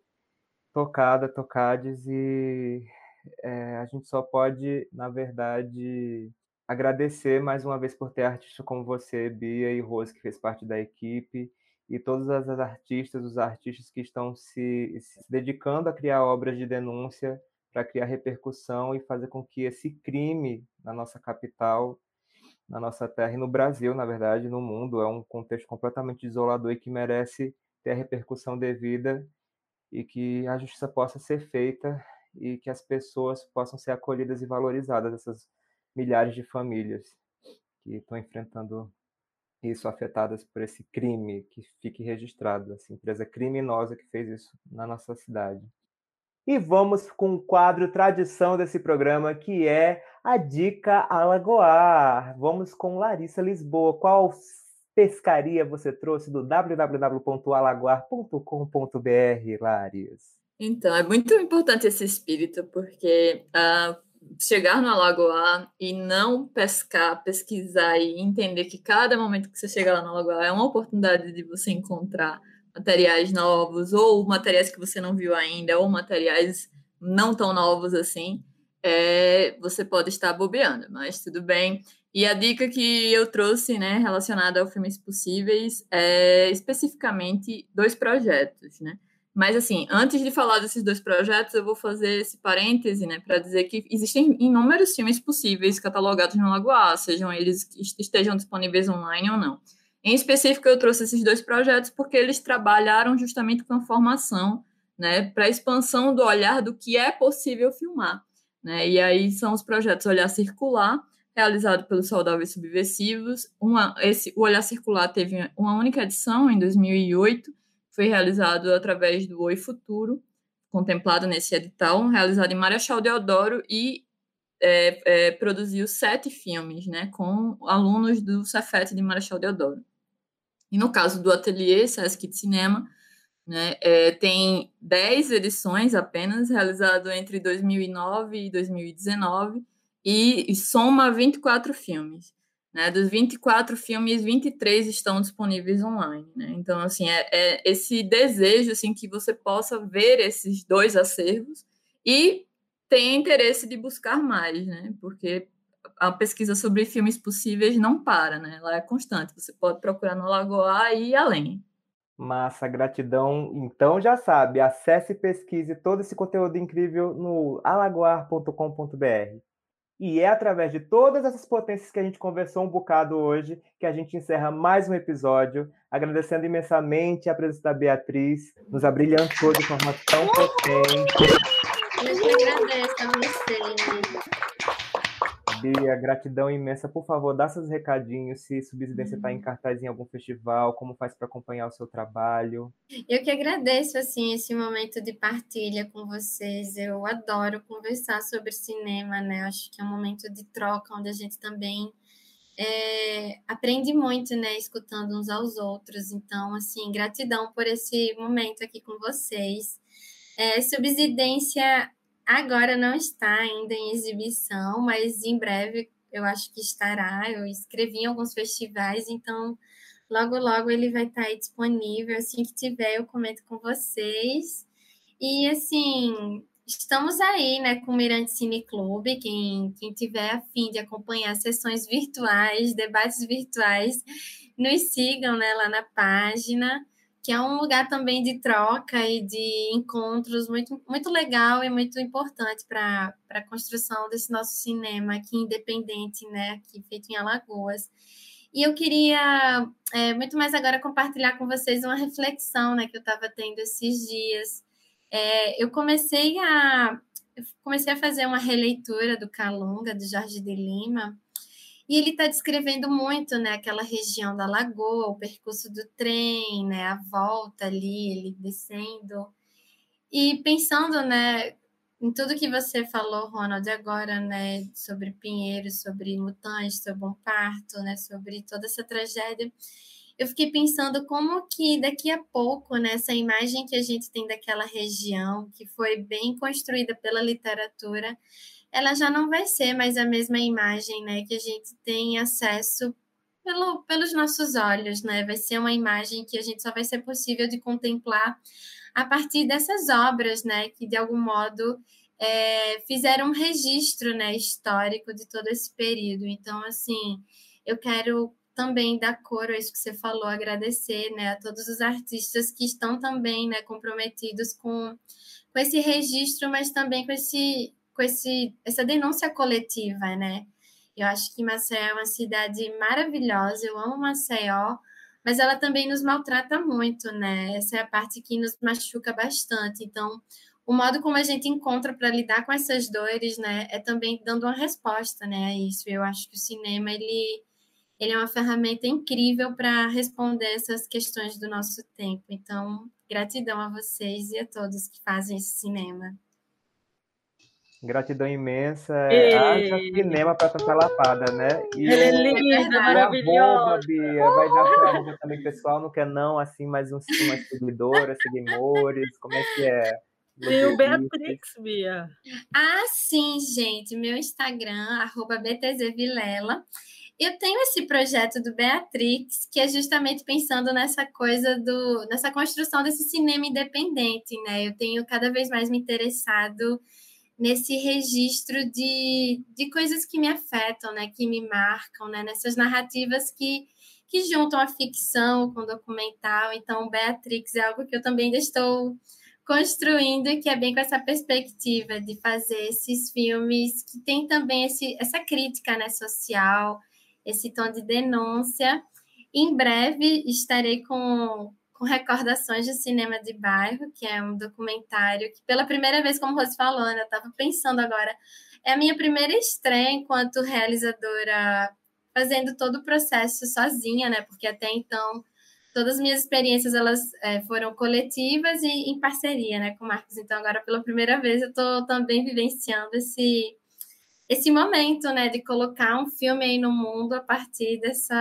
tocades, e a gente só pode, na verdade, agradecer mais uma vez por ter artistas como você, Bia e Rose, que fez parte da equipe, e todas as artistas, os artistas que estão se dedicando a criar obras de denúncia para criar repercussão e fazer com que esse crime na nossa capital, na nossa terra e no Brasil, na verdade, no mundo, é um contexto completamente desolador e que merece ter a repercussão devida e que a justiça possa ser feita e que as pessoas possam ser acolhidas e valorizadas, essas milhares de famílias que estão enfrentando isso, afetadas por esse crime, que fique registrado, essa empresa criminosa que fez isso na nossa cidade. E vamos com o quadro tradição desse programa, que é a Dica Alagoar. Vamos com Larissa Lisboa. Qual pescaria você trouxe do www.alagoar.com.br, Laris? Então, é muito importante esse espírito, porque chegar no Alagoar e não pescar, pesquisar e entender que cada momento que você chega lá no Alagoar é uma oportunidade de você encontrar materiais novos, ou materiais que você não viu ainda, ou materiais não tão novos assim, você pode estar bobeando, mas tudo bem. E a dica que eu trouxe, né, relacionada ao Filmes Possíveis, é especificamente 2 projetos, né? Mas, assim, antes de falar desses 2 projetos, eu vou fazer esse parêntese, né, para dizer que existem inúmeros filmes possíveis catalogados no Alagoar, sejam eles que estejam disponíveis online ou não. Em específico, eu trouxe esses 2 projetos porque eles trabalharam justamente com a formação, né, para a expansão do olhar do que é possível filmar, né? E aí são os projetos Olhar Circular, realizado pelos Saudáveis Subversivos. O Olhar Circular teve uma única edição, em 2008, foi realizado através do Oi Futuro, contemplado nesse edital, realizado em Marechal Deodoro, e produziu 7 filmes, né, com alunos do Cefet de Marechal Deodoro. E no caso do Ateliê Sesc de Cinema, né, tem 10 edições apenas, realizado entre 2009 e 2019, e soma 24 filmes. Né? Dos 24 filmes, 23 estão disponíveis online. Né? Então, assim, esse desejo assim, que você possa ver esses 2 acervos e ter interesse de buscar mais, né? Porque a pesquisa sobre filmes possíveis não para, né? Ela é constante. Você pode procurar no Alagoar e ir além. Massa, gratidão. Então já sabe, acesse e pesquise todo esse conteúdo incrível no alagoar.com.br. E é através de todas essas potências que a gente conversou um bocado hoje que a gente encerra mais um episódio, agradecendo imensamente a presença da Beatriz, nos abrilhantou de forma tão potente. Eu que agradeço a você. Bia, gratidão imensa. Por favor, dá seus recadinhos, se Subsidência está em cartaz em algum festival, como faz para acompanhar o seu trabalho. Eu que agradeço assim esse momento de partilha com vocês. Eu adoro conversar sobre cinema, né? Eu acho que é um momento de troca onde a gente também aprende muito, né? Escutando uns aos outros. Então, assim, gratidão por esse momento aqui com vocês. Subsidência agora não está ainda em exibição, mas em breve eu acho que estará. Eu escrevi em alguns festivais, então logo, logo ele vai estar aí disponível. Assim que tiver, eu comento com vocês. E, assim, estamos aí, né, com o Mirante Cine Clube. Quem tiver a fim de acompanhar sessões virtuais, debates virtuais, nos sigam, né, lá na página, que é um lugar também de troca e de encontros muito, muito legal e muito importante para a construção desse nosso cinema aqui independente, né, aqui feito em Alagoas. E eu queria, muito mais agora, compartilhar com vocês uma reflexão, né, que eu estava tendo esses dias. Eu comecei a fazer uma releitura do Calunga, do Jorge de Lima, e ele está descrevendo muito, né, aquela região da Lagoa, o percurso do trem, né, a volta ali, ele descendo. E pensando, né, em tudo que você falou, Ronald, agora, né, sobre Pinheiros, sobre Mutantes, sobre Bom Parto, né, sobre toda essa tragédia, eu fiquei pensando como que daqui a pouco, né, essa imagem que a gente tem daquela região, que foi bem construída pela literatura, ela já não vai ser mais a mesma imagem, né, que a gente tem acesso pelos nossos olhos, né? Vai ser uma imagem que a gente só vai ser possível de contemplar a partir dessas obras, né, que de algum modo fizeram um registro, né, histórico de todo esse período. Então, assim, eu quero também dar coro a isso que você falou, agradecer, né, a todos os artistas que estão também, né, comprometidos com esse registro, mas também com essa denúncia coletiva, né? Eu acho que Maceió é uma cidade maravilhosa, eu amo Maceió, mas ela também nos maltrata muito, né? Essa é a parte que nos machuca bastante. Então, o modo como a gente encontra para lidar com essas dores, né, é também dando uma resposta, né, a isso. Eu acho que o cinema, ele é uma ferramenta incrível para responder essas questões do nosso tempo. Então, gratidão a vocês e a todos que fazem esse cinema. Gratidão imensa. Haja cinema para tanta lapada, né? E ela é linda, maravilhosa. Bia, vai dar sua arroba também, pessoal. Não quer não, assim, mais umas seguidoras, seguidores. Como é que é? Tem o Beatrix, Bia. Ah, sim, gente. Meu Instagram, @btzvilela. Eu tenho esse projeto do Beatrix, que é justamente pensando nessa coisa nessa construção desse cinema independente, né? Eu tenho cada vez mais me interessado nesse registro de coisas que me afetam, né? Que me marcam, né? Nessas narrativas que juntam a ficção com o documental. Então, Beatrix é algo que eu também ainda estou construindo e que é bem com essa perspectiva de fazer esses filmes que tem também essa crítica, né, social, esse tom de denúncia. Em breve estarei com Recordações do Cinema de Bairro, que é um documentário que, pela primeira vez, como Rose falou, né, eu estava pensando agora, é a minha primeira estreia enquanto realizadora, fazendo todo o processo sozinha, né, porque até então todas as minhas experiências elas foram coletivas e em parceria, né, com o Marcos. Então, agora, pela primeira vez, eu estou também vivenciando esse momento, né, de colocar um filme aí no mundo a partir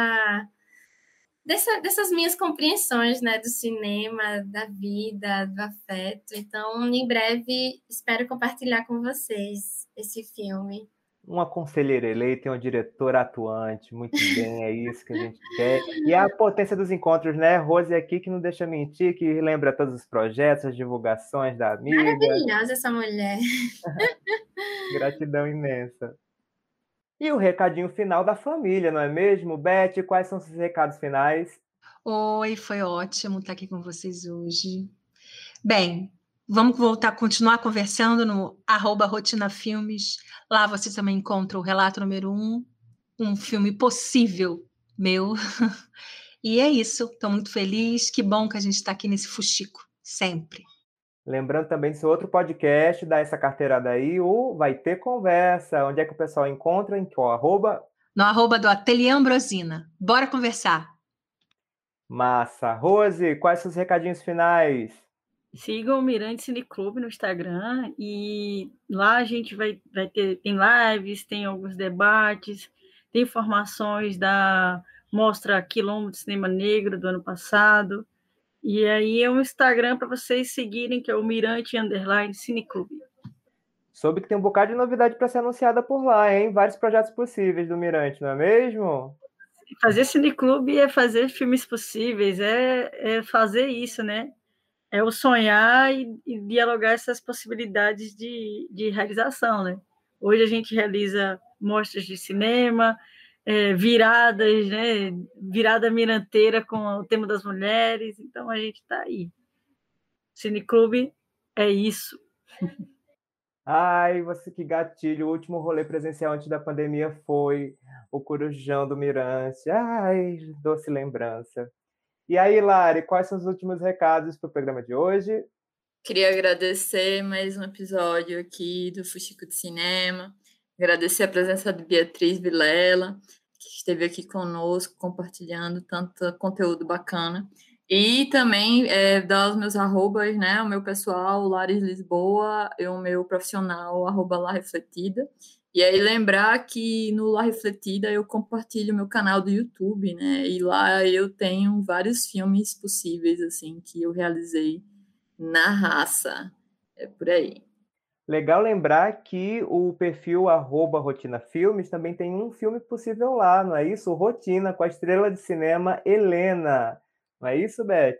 dessas minhas compreensões, né, do cinema, da vida, do afeto. Então, em breve, espero compartilhar com vocês esse filme. Uma conselheira eleita e uma diretora atuante, muito bem, é isso que a gente quer. E a potência dos encontros, né? Rose aqui que não deixa mentir, que lembra todos os projetos, as divulgações da amiga. Maravilhosa essa mulher. Gratidão imensa. E o recadinho final da família, não é mesmo? Beth, quais são os recados finais? Oi, foi ótimo estar aqui com vocês hoje. Bem, vamos continuar conversando no @rotinafilmes. Lá você também encontra o relato número 1, um filme possível meu. E é isso, estou muito feliz. Que bom que a gente está aqui nesse fuxico, sempre. Lembrando também do seu outro podcast, dá essa carteirada aí, o Vai Ter Conversa. Onde é que o pessoal encontra? Em qual arroba? No @ do Ateliê Ambrosina. Bora conversar. Massa. Rose, quais são os recadinhos finais? Sigam o Mirante Cine Clube no Instagram e lá a gente vai ter tem lives, tem alguns debates, tem informações da Mostra Quilombo de Cinema Negro do ano passado. E aí é um Instagram para vocês seguirem, que é o Mirante_Cine Clube. Soube que tem um bocado de novidade para ser anunciada por lá, hein? Vários projetos possíveis do Mirante, não é mesmo? Fazer cineclube é fazer filmes possíveis, é fazer isso, né? é o sonhar e dialogar essas possibilidades de realização, né? Hoje a gente realiza mostras de cinema, viradas, né? Virada miranteira com o tema das mulheres, então a gente está aí. Cineclube é isso. Ai, você que gatilho. O último rolê presencial antes da pandemia foi o Corujão do Mirante. Ai, doce lembrança. E aí, Lari, quais são os últimos recados para o programa de hoje? Queria agradecer mais um episódio aqui do Fuxico de Cinema. Agradecer a presença de Beatriz Vilela, que esteve aqui conosco, compartilhando tanto conteúdo bacana. E também dar os meus arrobas, né? O meu pessoal, Laris Lisboa, e o meu profissional, @larefletida. E aí lembrar que no La Refletida eu compartilho meu canal do YouTube, né? E lá eu tenho vários filmes possíveis, assim, que eu realizei na raça. É por aí. Legal lembrar que o perfil @rotinafilmes também tem um filme possível lá, não é isso? Rotina, com a estrela de cinema Helena. Não é isso, Beth?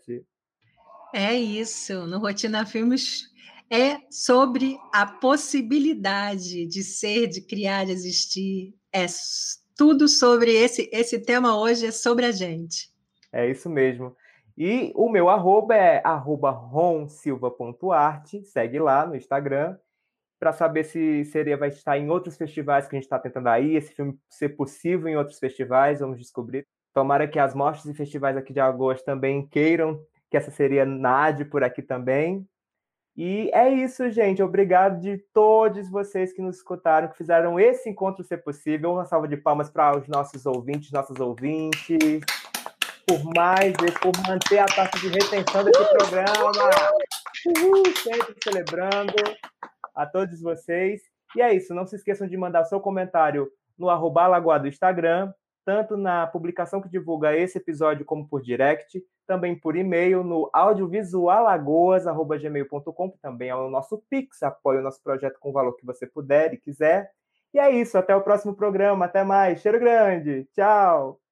É isso. No Rotina Filmes é sobre a possibilidade de ser, de criar, de existir. Tudo sobre esse tema hoje é sobre a gente. É isso mesmo. E o meu arroba é @ronsilva.arte. Segue lá no Instagram para saber se seria vai estar em outros festivais que a gente está tentando aí, esse filme ser possível em outros festivais, vamos descobrir. Tomara que as mostras e festivais aqui de Alagoas também queiram que essa seria NAD por aqui também. E é isso, gente. Obrigado de todos vocês que nos escutaram, que fizeram esse encontro ser possível. Uma salva de palmas para os nossos ouvintes, nossas ouvintes, por manter a taxa de retenção desse programa. Sempre celebrando a todos vocês. E é isso, não se esqueçam de mandar o seu comentário no @Alagoa do Instagram, tanto na publicação que divulga esse episódio como por direct, também por e-mail no audiovisualagoas@gmail.com, que também é o nosso Pix, apoia o nosso projeto com o valor que você puder e quiser. E é isso, até o próximo programa, até mais, cheiro grande, tchau!